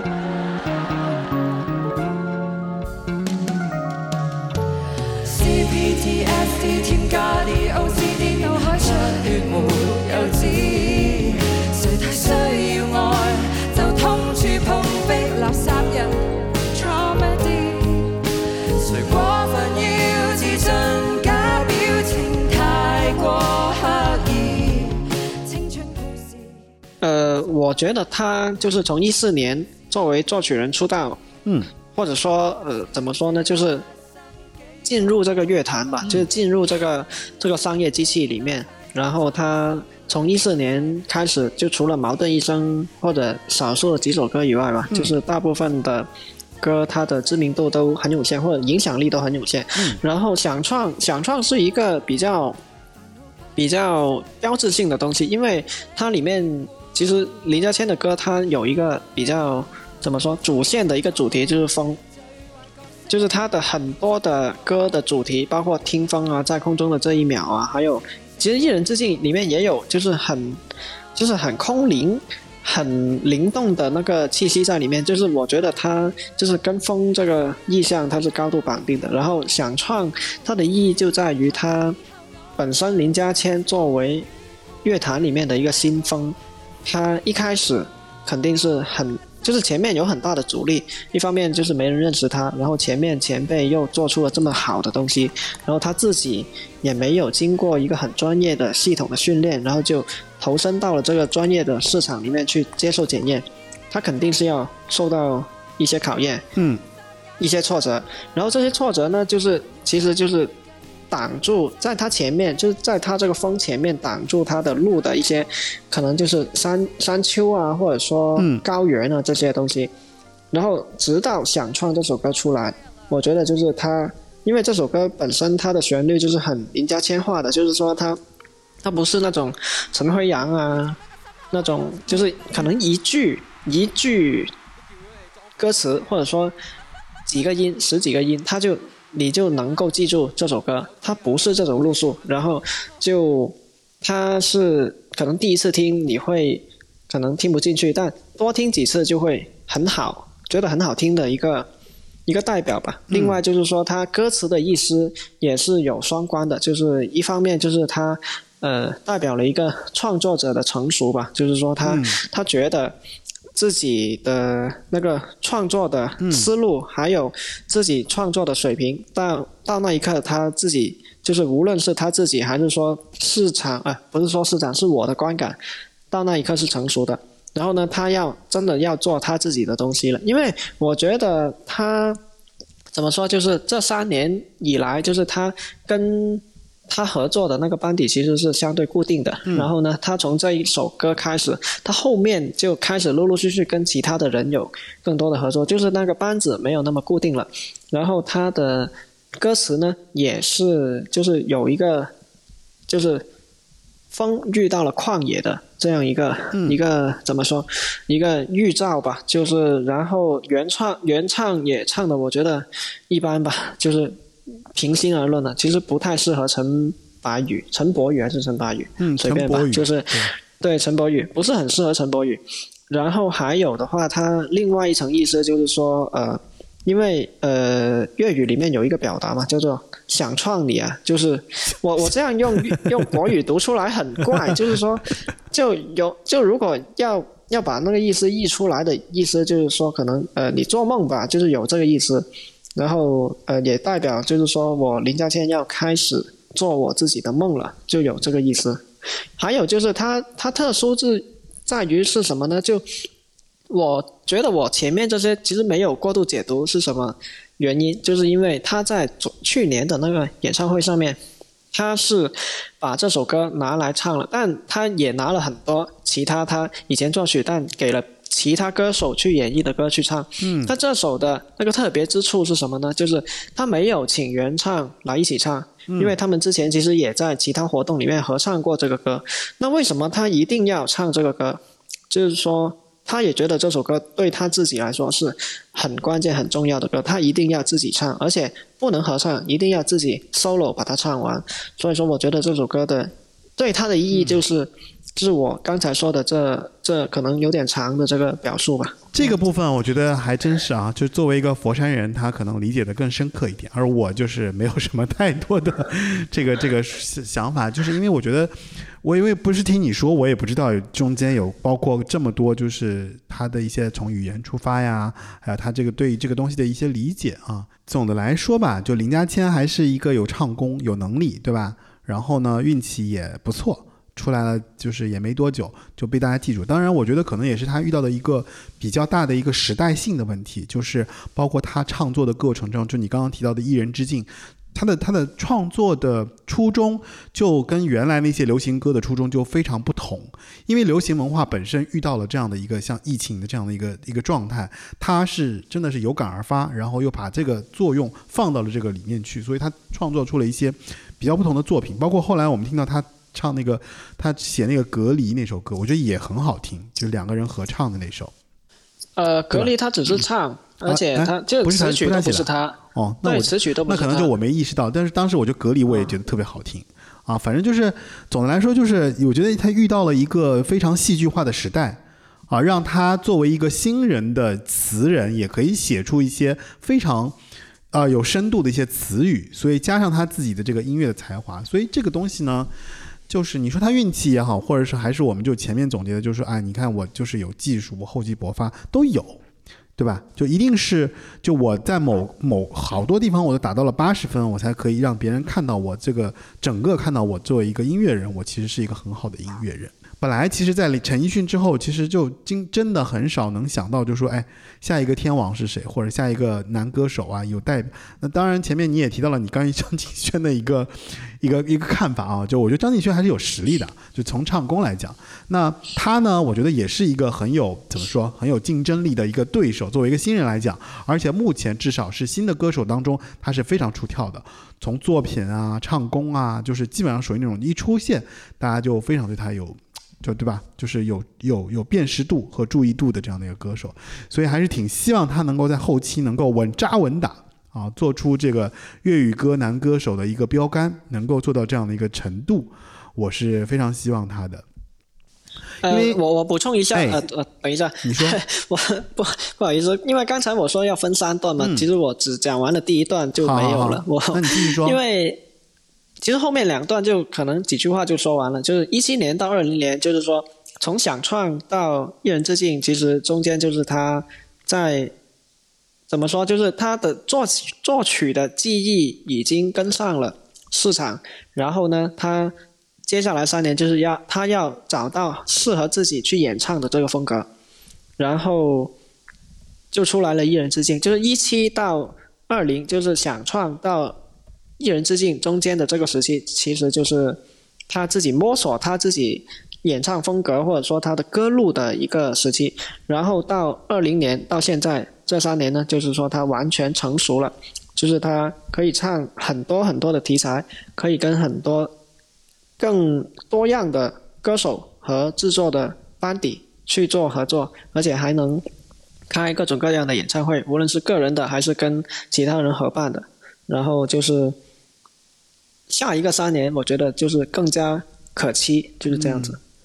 C P T S D 添加啲 O C D， 腦海出血沒有止，誰太需要愛，就痛處碰壁垃圾人 Traumedy， 誰過分要自信，假表情太過刻意，青春故事。 呃，我觉得他就是从一四年作为作曲人出道， 嗯， 或者说呃怎么说呢，就是进入这个乐坛吧，嗯、就是进入这个这个商业机器里面。然后他从一四年开始，就除了《矛盾一生》或者少数的几首歌以外吧，嗯、就是大部分的歌他的知名度都很有限，或者影响力都很有限。嗯、然后想创想创是一个比较比较标志性的东西，因为它里面其实林家谦的歌，它有一个比较怎么说主线的一个主题就是风。就是他的很多的歌的主题，包括听风啊，在空中的这一秒啊，还有其实一人之境里面也有，就是很就是很空灵很灵动的那个气息在里面，就是我觉得他就是跟风这个意象它是高度绑定的。然后想创它的意义就在于它本身林家谦作为乐坛里面的一个新风，他一开始肯定是很就是前面有很大的阻力，一方面就是没人认识他，然后前面前辈又做出了这么好的东西，然后他自己也没有经过一个很专业的系统的训练，然后就投身到了这个专业的市场里面去接受检验，他肯定是要受到一些考验， 嗯， 一些挫折，然后这些挫折呢，就是其实就是挡住在他前面，就是在他这个风前面挡住他的路的一些，可能就是山山丘啊，或者说高原啊、嗯、这些东西。然后直到想创这首歌出来，我觉得就是他，因为这首歌本身它的旋律就是很林家谦化的，就是说它它不是那种陈辉阳啊那种，就是可能一句一句歌词或者说几个音十几个音，它就你就能够记住这首歌，它不是这种路数，然后就它是可能第一次听你会可能听不进去，但多听几次就会很好，觉得很好听的一个一个代表吧。另外就是说它歌词的意思也是有双关的，就是一方面就是它呃代表了一个创作者的成熟吧，就是说他、嗯、他觉得自己的那个创作的思路、嗯、还有自己创作的水平，到到那一刻他自己就是无论是他自己还是说市场呃不是说市场，是我的观感，到那一刻是成熟的。然后呢他要真的要做他自己的东西了，因为我觉得他怎么说，就是这三年以来就是他跟他合作的那个班底其实是相对固定的、嗯、然后呢他从这一首歌开始，他后面就开始陆陆续续跟其他的人有更多的合作，就是那个班子没有那么固定了。然后他的歌词呢也是就是有一个就是风遇到了旷野的这样一个、嗯、一个怎么说一个预兆吧，就是然后原创原唱也唱的我觉得一般吧，就是平心而论呢，其实不太适合陈柏宇，陈柏宇还是陈柏宇，嗯，随便吧，就是对陈柏宇不是很适合陈柏宇。然后还有的话，它另外一层意思就是说，呃，因为呃粤语里面有一个表达嘛，叫做想创你啊，就是我我这样用用国语读出来很怪，就是说就有就如果要要把那个意思译出来的意思，就是说可能呃你做梦吧，就是有这个意思。然后呃也代表就是说我林家谦要开始做我自己的梦了，就有这个意思。还有就是它它特殊是在于是什么呢，就我觉得我前面这些其实没有过度解读是什么原因，就是因为他在去年的那个演唱会上面他是把这首歌拿来唱了，但他也拿了很多其他他以前作曲但给了其他歌手去演绎的歌去唱。嗯，那这首的那个特别之处是什么呢，就是他没有请原唱来一起唱，因为他们之前其实也在其他活动里面合唱过这个歌。那为什么他一定要唱这个歌，就是说他也觉得这首歌对他自己来说是很关键很重要的歌，他一定要自己唱，而且不能合唱，一定要自己 solo 把它唱完。所以说我觉得这首歌的对他的意义就是、嗯就是我刚才说的这这可能有点长的这个表述吧。 这个部分我觉得还真是啊，就作为一个佛山人，他可能理解的更深刻一点，而我就是没有什么太多的这个这个想法，就是因为我觉得我因为不是听你说，我也不知道中间有包括这么多，就是他的一些从语言出发呀，还有他这个对这个东西的一些理解啊。总的来说吧，就林家谦还是一个有唱功有能力，对吧？然后呢运气也不错，出来了就是也没多久就被大家记住。当然我觉得可能也是他遇到的一个比较大的一个时代性的问题，就是包括他创作的过程中，就你刚刚提到的一人之境，他的他的创作的初衷就跟原来那些流行歌的初衷就非常不同。因为流行文化本身遇到了这样的一个像疫情的这样的一个一个状态，他是真的是有感而发，然后又把这个作用放到了这个里面去，所以他创作出了一些比较不同的作品。包括后来我们听到他唱那个他写那个隔离那首歌，我觉得也很好听，就两个人合唱的那首。 呃，隔离他只是唱、嗯、而且他、啊、这个词曲都不是他哦，那我词曲都不是他， 那可能就我没意识到，但是当时我觉得隔离我也觉得特别好听、嗯、啊。反正就是总的来说，就是我觉得他遇到了一个非常戏剧化的时代啊，让他作为一个新人的词人也可以写出一些非常呃有深度的一些词语，所以加上他自己的这个音乐的才华，所以这个东西呢就是你说他运气也好，或者是还是我们就前面总结的，就是哎，你看我就是有技术，我厚积薄发都有，对吧？就一定是就我在某某好多地方我都达到了八十分，我才可以让别人看到我这个整个看到我作为一个音乐人，我其实是一个很好的音乐人。本来其实在陈奕迅之后，其实就真的很少能想到就说哎，下一个天王是谁，或者下一个男歌手啊有代表。那当然前面你也提到了你关于张敬轩的一个一个一个看法啊，就我觉得张敬轩还是有实力的，就从唱功来讲，那他呢我觉得也是一个很有怎么说很有竞争力的一个对手，作为一个新人来讲，而且目前至少是新的歌手当中他是非常出挑的，从作品啊唱功啊，就是基本上属于那种一出现大家就非常对他有就对吧，就是有有有辨识度和注意度的这样的一个歌手，所以还是挺希望他能够在后期能够稳扎稳打啊，做出这个粤语歌男歌手的一个标杆，能够做到这样的一个程度，我是非常希望他的。因为、 呃、我我补充一下， 哎、 呃呃，等一下， 你说， 我不不好意思，因为刚才我说要分三段嘛，嗯、其实我只讲完了第一段就没有了。 好好好我那你继续说， 因为其实后面两段就可能几句话就说完了，就是一七年到二零年，就是说从想创到一人之境，其实中间就是他在怎么说，就是他的作曲作曲的技艺已经跟上了市场，然后呢，他接下来三年就是要他要找到适合自己去演唱的这个风格，然后就出来了一人之境，就是一七到二零，就是想创到一人之境中间的这个时期，其实就是他自己摸索他自己演唱风格或者说他的歌路的一个时期，然后到二零年到现在这三年呢，就是说他完全成熟了，就是他可以唱很多很多的题材，可以跟很多更多样的歌手和制作的班底去做合作，而且还能开各种各样的演唱会，无论是个人的还是跟其他人合办的，然后就是下一个三年我觉得就是更加可期，就是这样子。嗯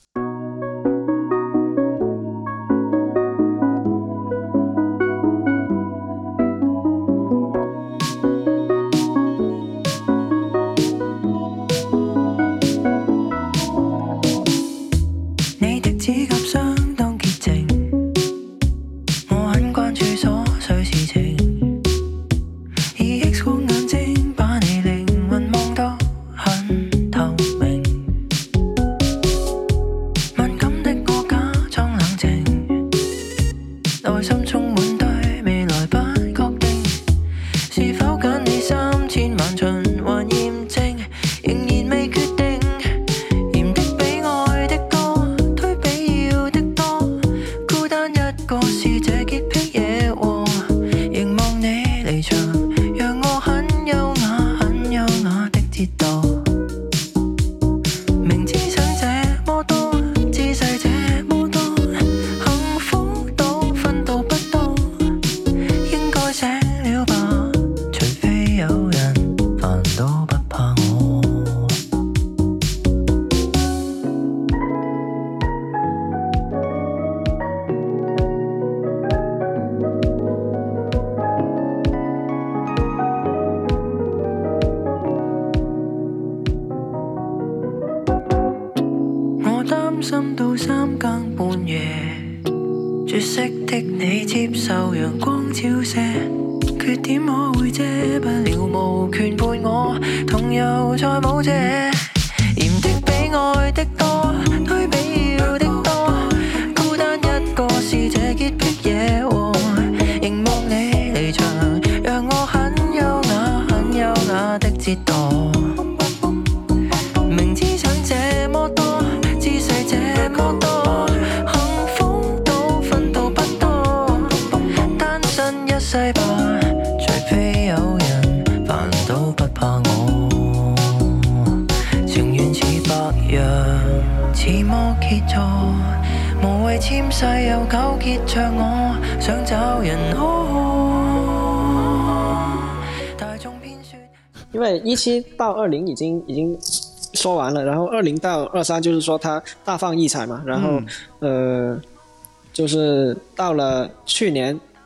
因为一七到二零已经已经说完了，然后二零到二三就是说他大放异彩嘛，然后、嗯、呃，就是到了去年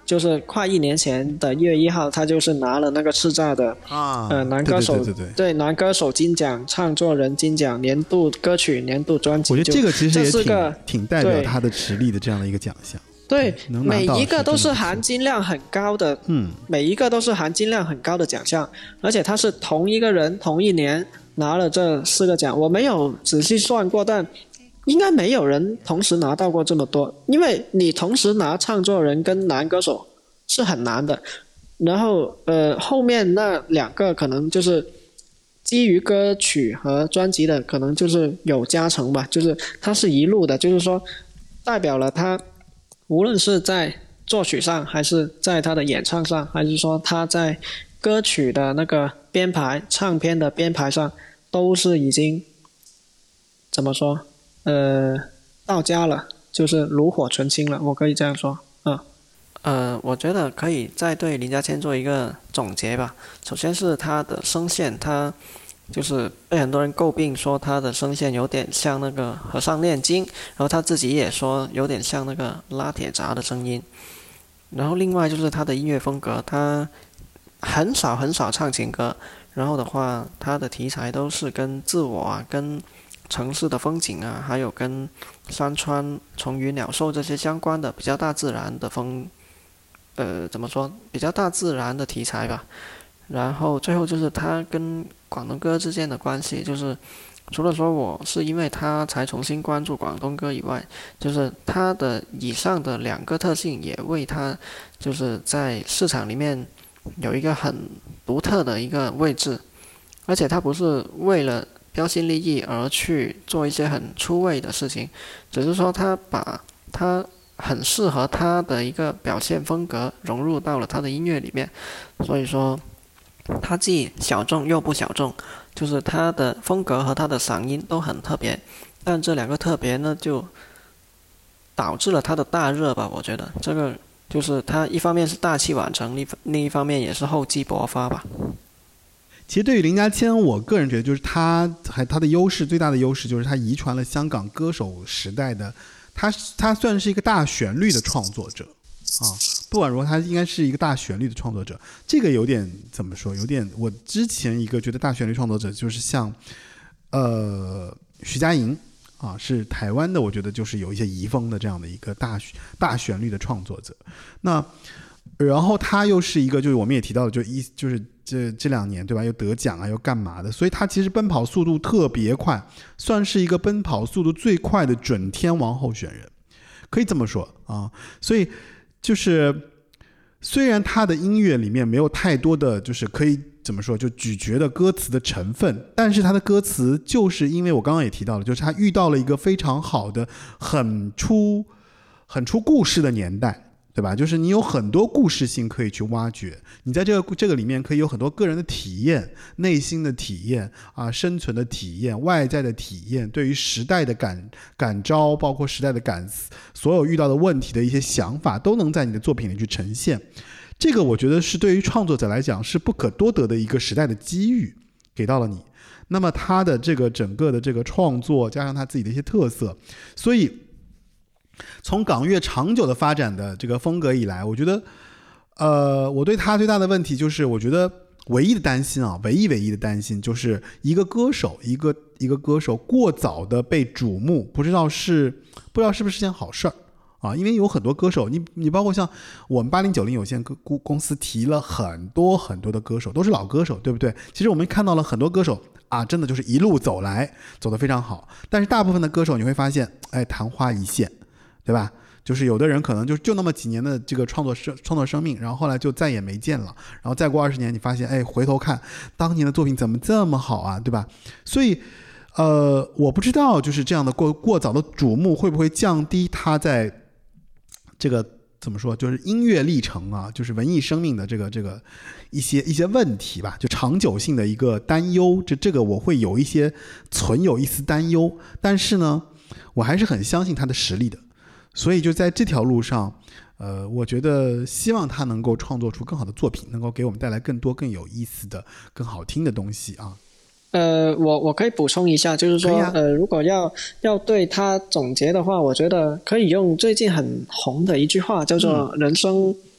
就是快一年前的一月一号，他就是拿了那个叱咤的啊， 呃男歌手， 对对对对对对男歌手金奖、唱作人金奖、年度歌曲、年度专辑。 我觉得这个其实也挺这是个挺代表他的实力的这样的一个奖项。 对， 能拿到每一个都是真的不错含金量很高的， 嗯， 每一个都是含金量很高的奖项，而且他是同一个人同一年拿了这四个奖，我没有仔细算过，但应该没有人同时拿到过这么多，因为你同时拿唱作人跟男歌手是很难的。然后呃，后面那两个可能就是基于歌曲和专辑的，可能就是有加成吧，就是它是一路的，就是说代表了他无论是在作曲上，还是在他的演唱上，还是说他在歌曲的那个编排、唱片的编排上，都是已经怎么说？呃，到家了，就是炉火纯青了，我可以这样说，嗯。 呃，我觉得可以再对林家谦做一个总结吧。首先是他的声线，他就是被很多人诟病说他的声线有点像那个和尚念经，然后他自己也说有点像那个拉铁闸的声音。然后另外就是他的音乐风格，他很少很少唱情歌，然后的话他的题材都是跟自我啊、跟城市的风景啊，还有跟山川、虫鱼鸟兽这些相关的比较大自然的风，呃，怎么说？比较大自然的题材吧。然后最后就是他跟广东歌之间的关系，就是除了说我是因为他才重新关注广东歌以外，就是他的以上的两个特性也为他就是在市场里面有一个很独特的一个位置，而且他不是为了标新立异而去做一些很出位的事情，只是说他把他很适合他的一个表现风格融入到了他的音乐里面，所以说他既小众又不小众，就是他的风格和他的嗓音都很特别，但这两个特别呢就导致了他的大热吧。我觉得这个就是他一方面是大器晚成，另一方面也是厚积薄发吧。 其实对于林家谦，我个人觉得就是他还他的优势最大的优势就是他遗传了香港歌手时代的，他他算是一个大旋律的创作者啊，不管如何他应该是一个大旋律的创作者。这个有点怎么说？有点我之前一个觉得大旋律创作者就是像呃徐佳莹啊，是台湾的，我觉得就是有一些遗风的这样的一个大大旋律的创作者。那然后他又是一个，就是我们也提到的，就一就是这这两年对吧，又得奖啊，又干嘛的，所以他其实奔跑速度特别快，算是一个奔跑速度最快的准天王候选人，可以这么说啊。所以就是虽然他的音乐里面没有太多的就是可以怎么说就咀嚼的歌词的成分，但是他的歌词就是因为我刚刚也提到了，就是他遇到了一个非常好的很出很出故事的年代，对吧？就是你有很多故事性可以去挖掘，你在这个这个里面可以有很多个人的体验、内心的体验啊、生存的体验、外在的体验，对于时代的感感召，包括时代的感，所有遇到的问题的一些想法，都能在你的作品里去呈现。这个我觉得是对于创作者来讲是不可多得的一个时代的机遇，给到了你。那么他的这个整个的这个创作，加上他自己的一些特色，所以从港乐长久的发展的这个风格以来，我觉得呃，我对他最大的问题就是我觉得唯一的担心啊，唯一唯一的担心就是一个歌手一个一个歌手过早的被瞩目，不知道是不知道是不是件好事儿啊。因为有很多歌手，你你包括像我们八零九零有限公司提了很多很多的歌手，都是老歌手，对不对？其实我们看到了很多歌手啊，真的就是一路走来走得非常好，但是大部分的歌手你会发现，哎，昙花一现，对吧？就是有的人可能就就那么几年的这个创作生创作生命，然后后来就再也没见了，然后再过二十年，你发现，哎，回头看当年的作品怎么这么好啊，对吧？所以，呃，我不知道就是这样的过过早的瞩目会不会降低他在这个怎么说，就是音乐历程啊，就是文艺生命的这个这个一些一些问题吧，就长久性的一个担忧，这这个我会有一些存有一丝担忧，但是呢，我还是很相信他的实力的。所以就在这条路上，呃，我觉得希望他能够创作出更好的作品，能够给我们带来更多更有意思的、更好听的东西啊。 呃，我我可以补充一下，就是说，啊、呃，如果要要对他总结的话，我觉得可以用最近很红的一句话，叫做“人生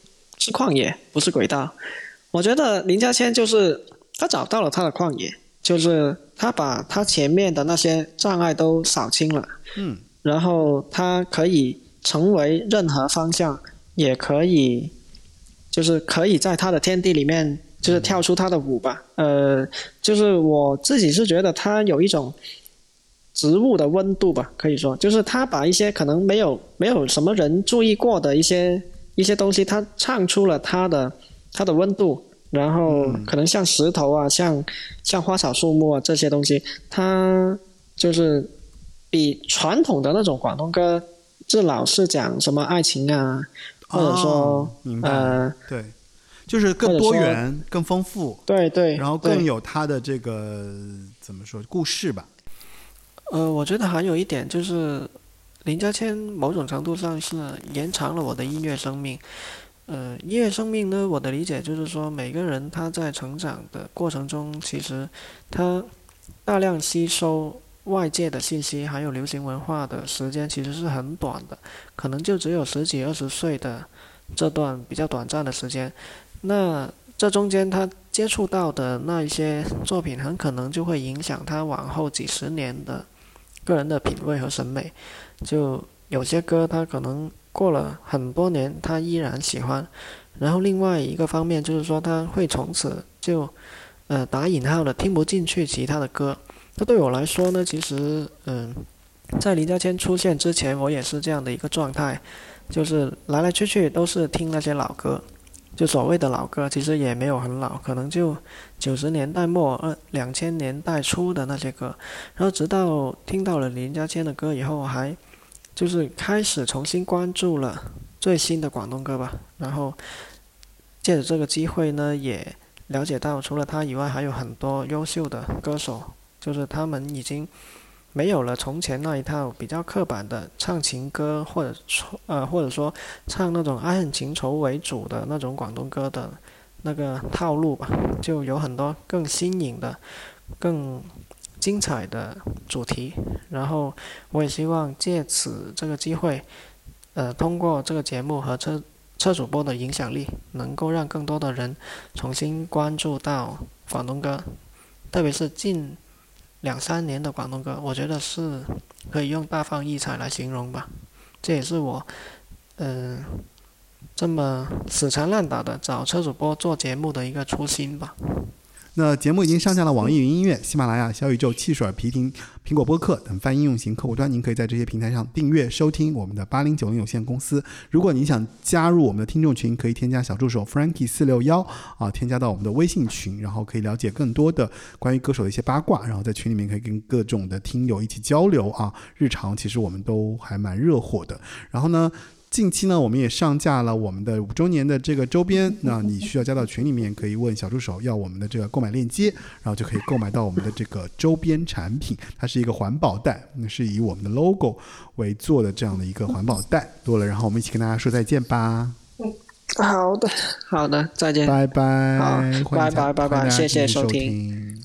是旷野，不是轨道。我觉得林家谦就是他找到了他的旷野，就是他把他前面的那些障碍都扫清了， 嗯， 然后他可以成为任何方向，也可以就是可以在他的天地里面就是跳出他的舞吧。呃，就是我自己是觉得他有一种植物的温度吧，可以说就是他把一些可能没有没有什么人注意过的一些一些东西，他唱出了他的它的温度，然后可能像石头啊，像像花草树木啊这些东西，它就是比传统的那种广东歌，就老是讲什么爱情啊，或者说、 哦、明白呃， 对，就是更多元、更丰富， 对对， 然后更有它的这个怎么说故事吧。 呃，我觉得还有一点就是林家谦某种程度上是延长了我的音乐生命。呃，音乐生命呢，我的理解就是说，每个人他在成长的过程中，其实他大量吸收外界的信息，还有流行文化的时间其实是很短的，可能就只有十几二十岁的这段比较短暂的时间。那这中间他接触到的那一些作品，很可能就会影响他往后几十年的个人的品味和审美。就有些歌他可能过了很多年他依然喜欢，然后另外一个方面就是说他会从此就呃打引号的听不进去其他的歌。那对我来说呢，其实嗯、呃，在林家谦出现之前我也是这样的一个状态，就是来来去去都是听那些老歌，就所谓的老歌其实也没有很老，可能就九十年代末二两千年代初的那些歌，然后直到听到了林家谦的歌以后，还就是开始重新关注了最新的广东歌吧，然后借着这个机会呢，也了解到除了他以外还有很多优秀的歌手，就是他们已经没有了从前那一套比较刻板的唱情歌，或者呃或者说唱那种爱恨情仇为主的那种广东歌的那个套路吧，就有很多更新颖的更精彩的主题。然后我也希望借此这个机会呃，通过这个节目和车车主播的影响力，能够让更多的人重新关注到广东歌，特别是近两三年的广东歌，我觉得是可以用大放异彩来形容吧。这也是我呃这么死缠烂打的找车主播做节目的一个初心吧。 那节目已经上架了网易云音乐、喜马拉雅、小宇宙、汽水、皮艇、苹果播客等泛应用型客户端，您可以在这些平台上订阅收听我们的八零九零有限公司。如果你想加入我们的听众群，可以添加小助手 Frankie 四六一啊，添加到我们的微信群，然后可以了解更多的关于歌手的一些八卦，然后在群里面可以跟各种的听友一起交流啊。日常其实我们都还蛮热火的。然后呢，近期呢，我们也上架了我们的五周年的这个周边，那你需要加到群里面，可以问小助手要我们的这个购买链接，然后就可以购买到我们的这个周边产品。它是一个环保袋，那是以我们的 logo 为做的这样的一个环保袋。多了，然后我们一起跟大家说再见吧。 好的，好的，再见， 拜拜， 好，拜拜，拜拜，谢谢收听。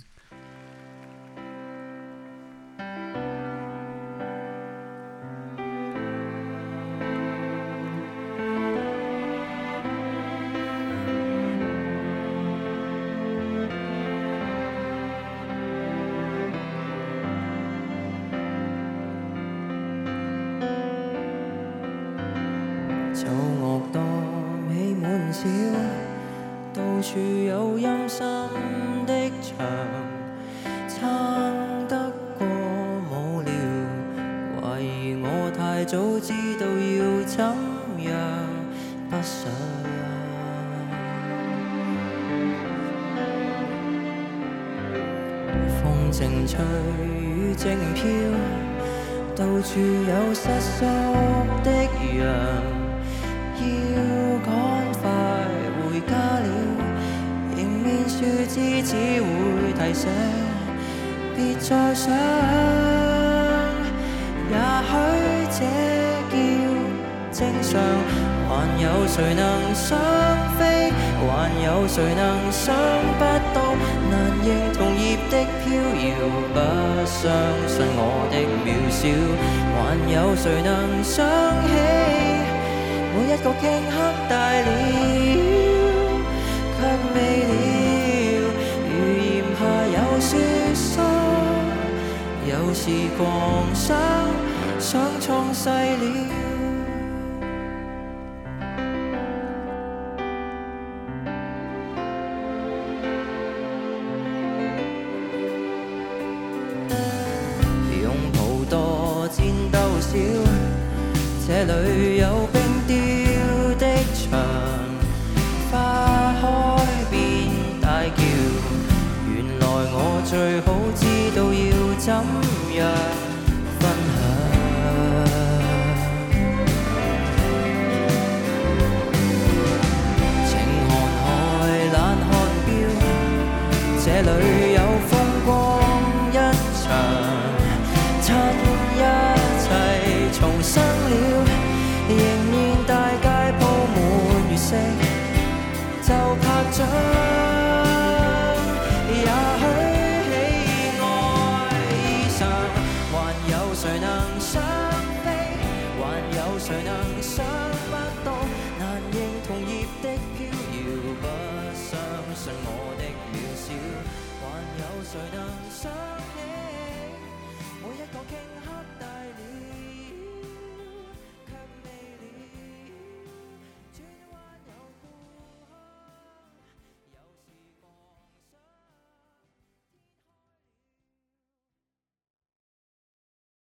奏樂多美滿小，到處有陰森的牆，撐得過無聊，懷疑我太早知道要怎樣，不想風靜吹雨靜飄，到處有失縮的羊，要趕快回家了，迎面樹枝只會提醒別再想，也許這叫正常，還有誰能想飛，還有誰能想不到，難認同葉的飄搖，不相信我的渺小，還有誰能想起每一個頃刻大了，卻未了。如炎夏有雪霜，有時狂想，想創世了。這裏有冰雕的牆，花開變大叫，原來我最好知道要怎樣分享。情看海懶看錶，這裏有風光一場，趁一切重生了，迎面大街鋪滿月色，就拍掌。也許喜愛以上，還有誰能想飛？還有誰能想不到？難認同葉的飄搖，不相信我的渺小。還有誰能想起每一個頃刻？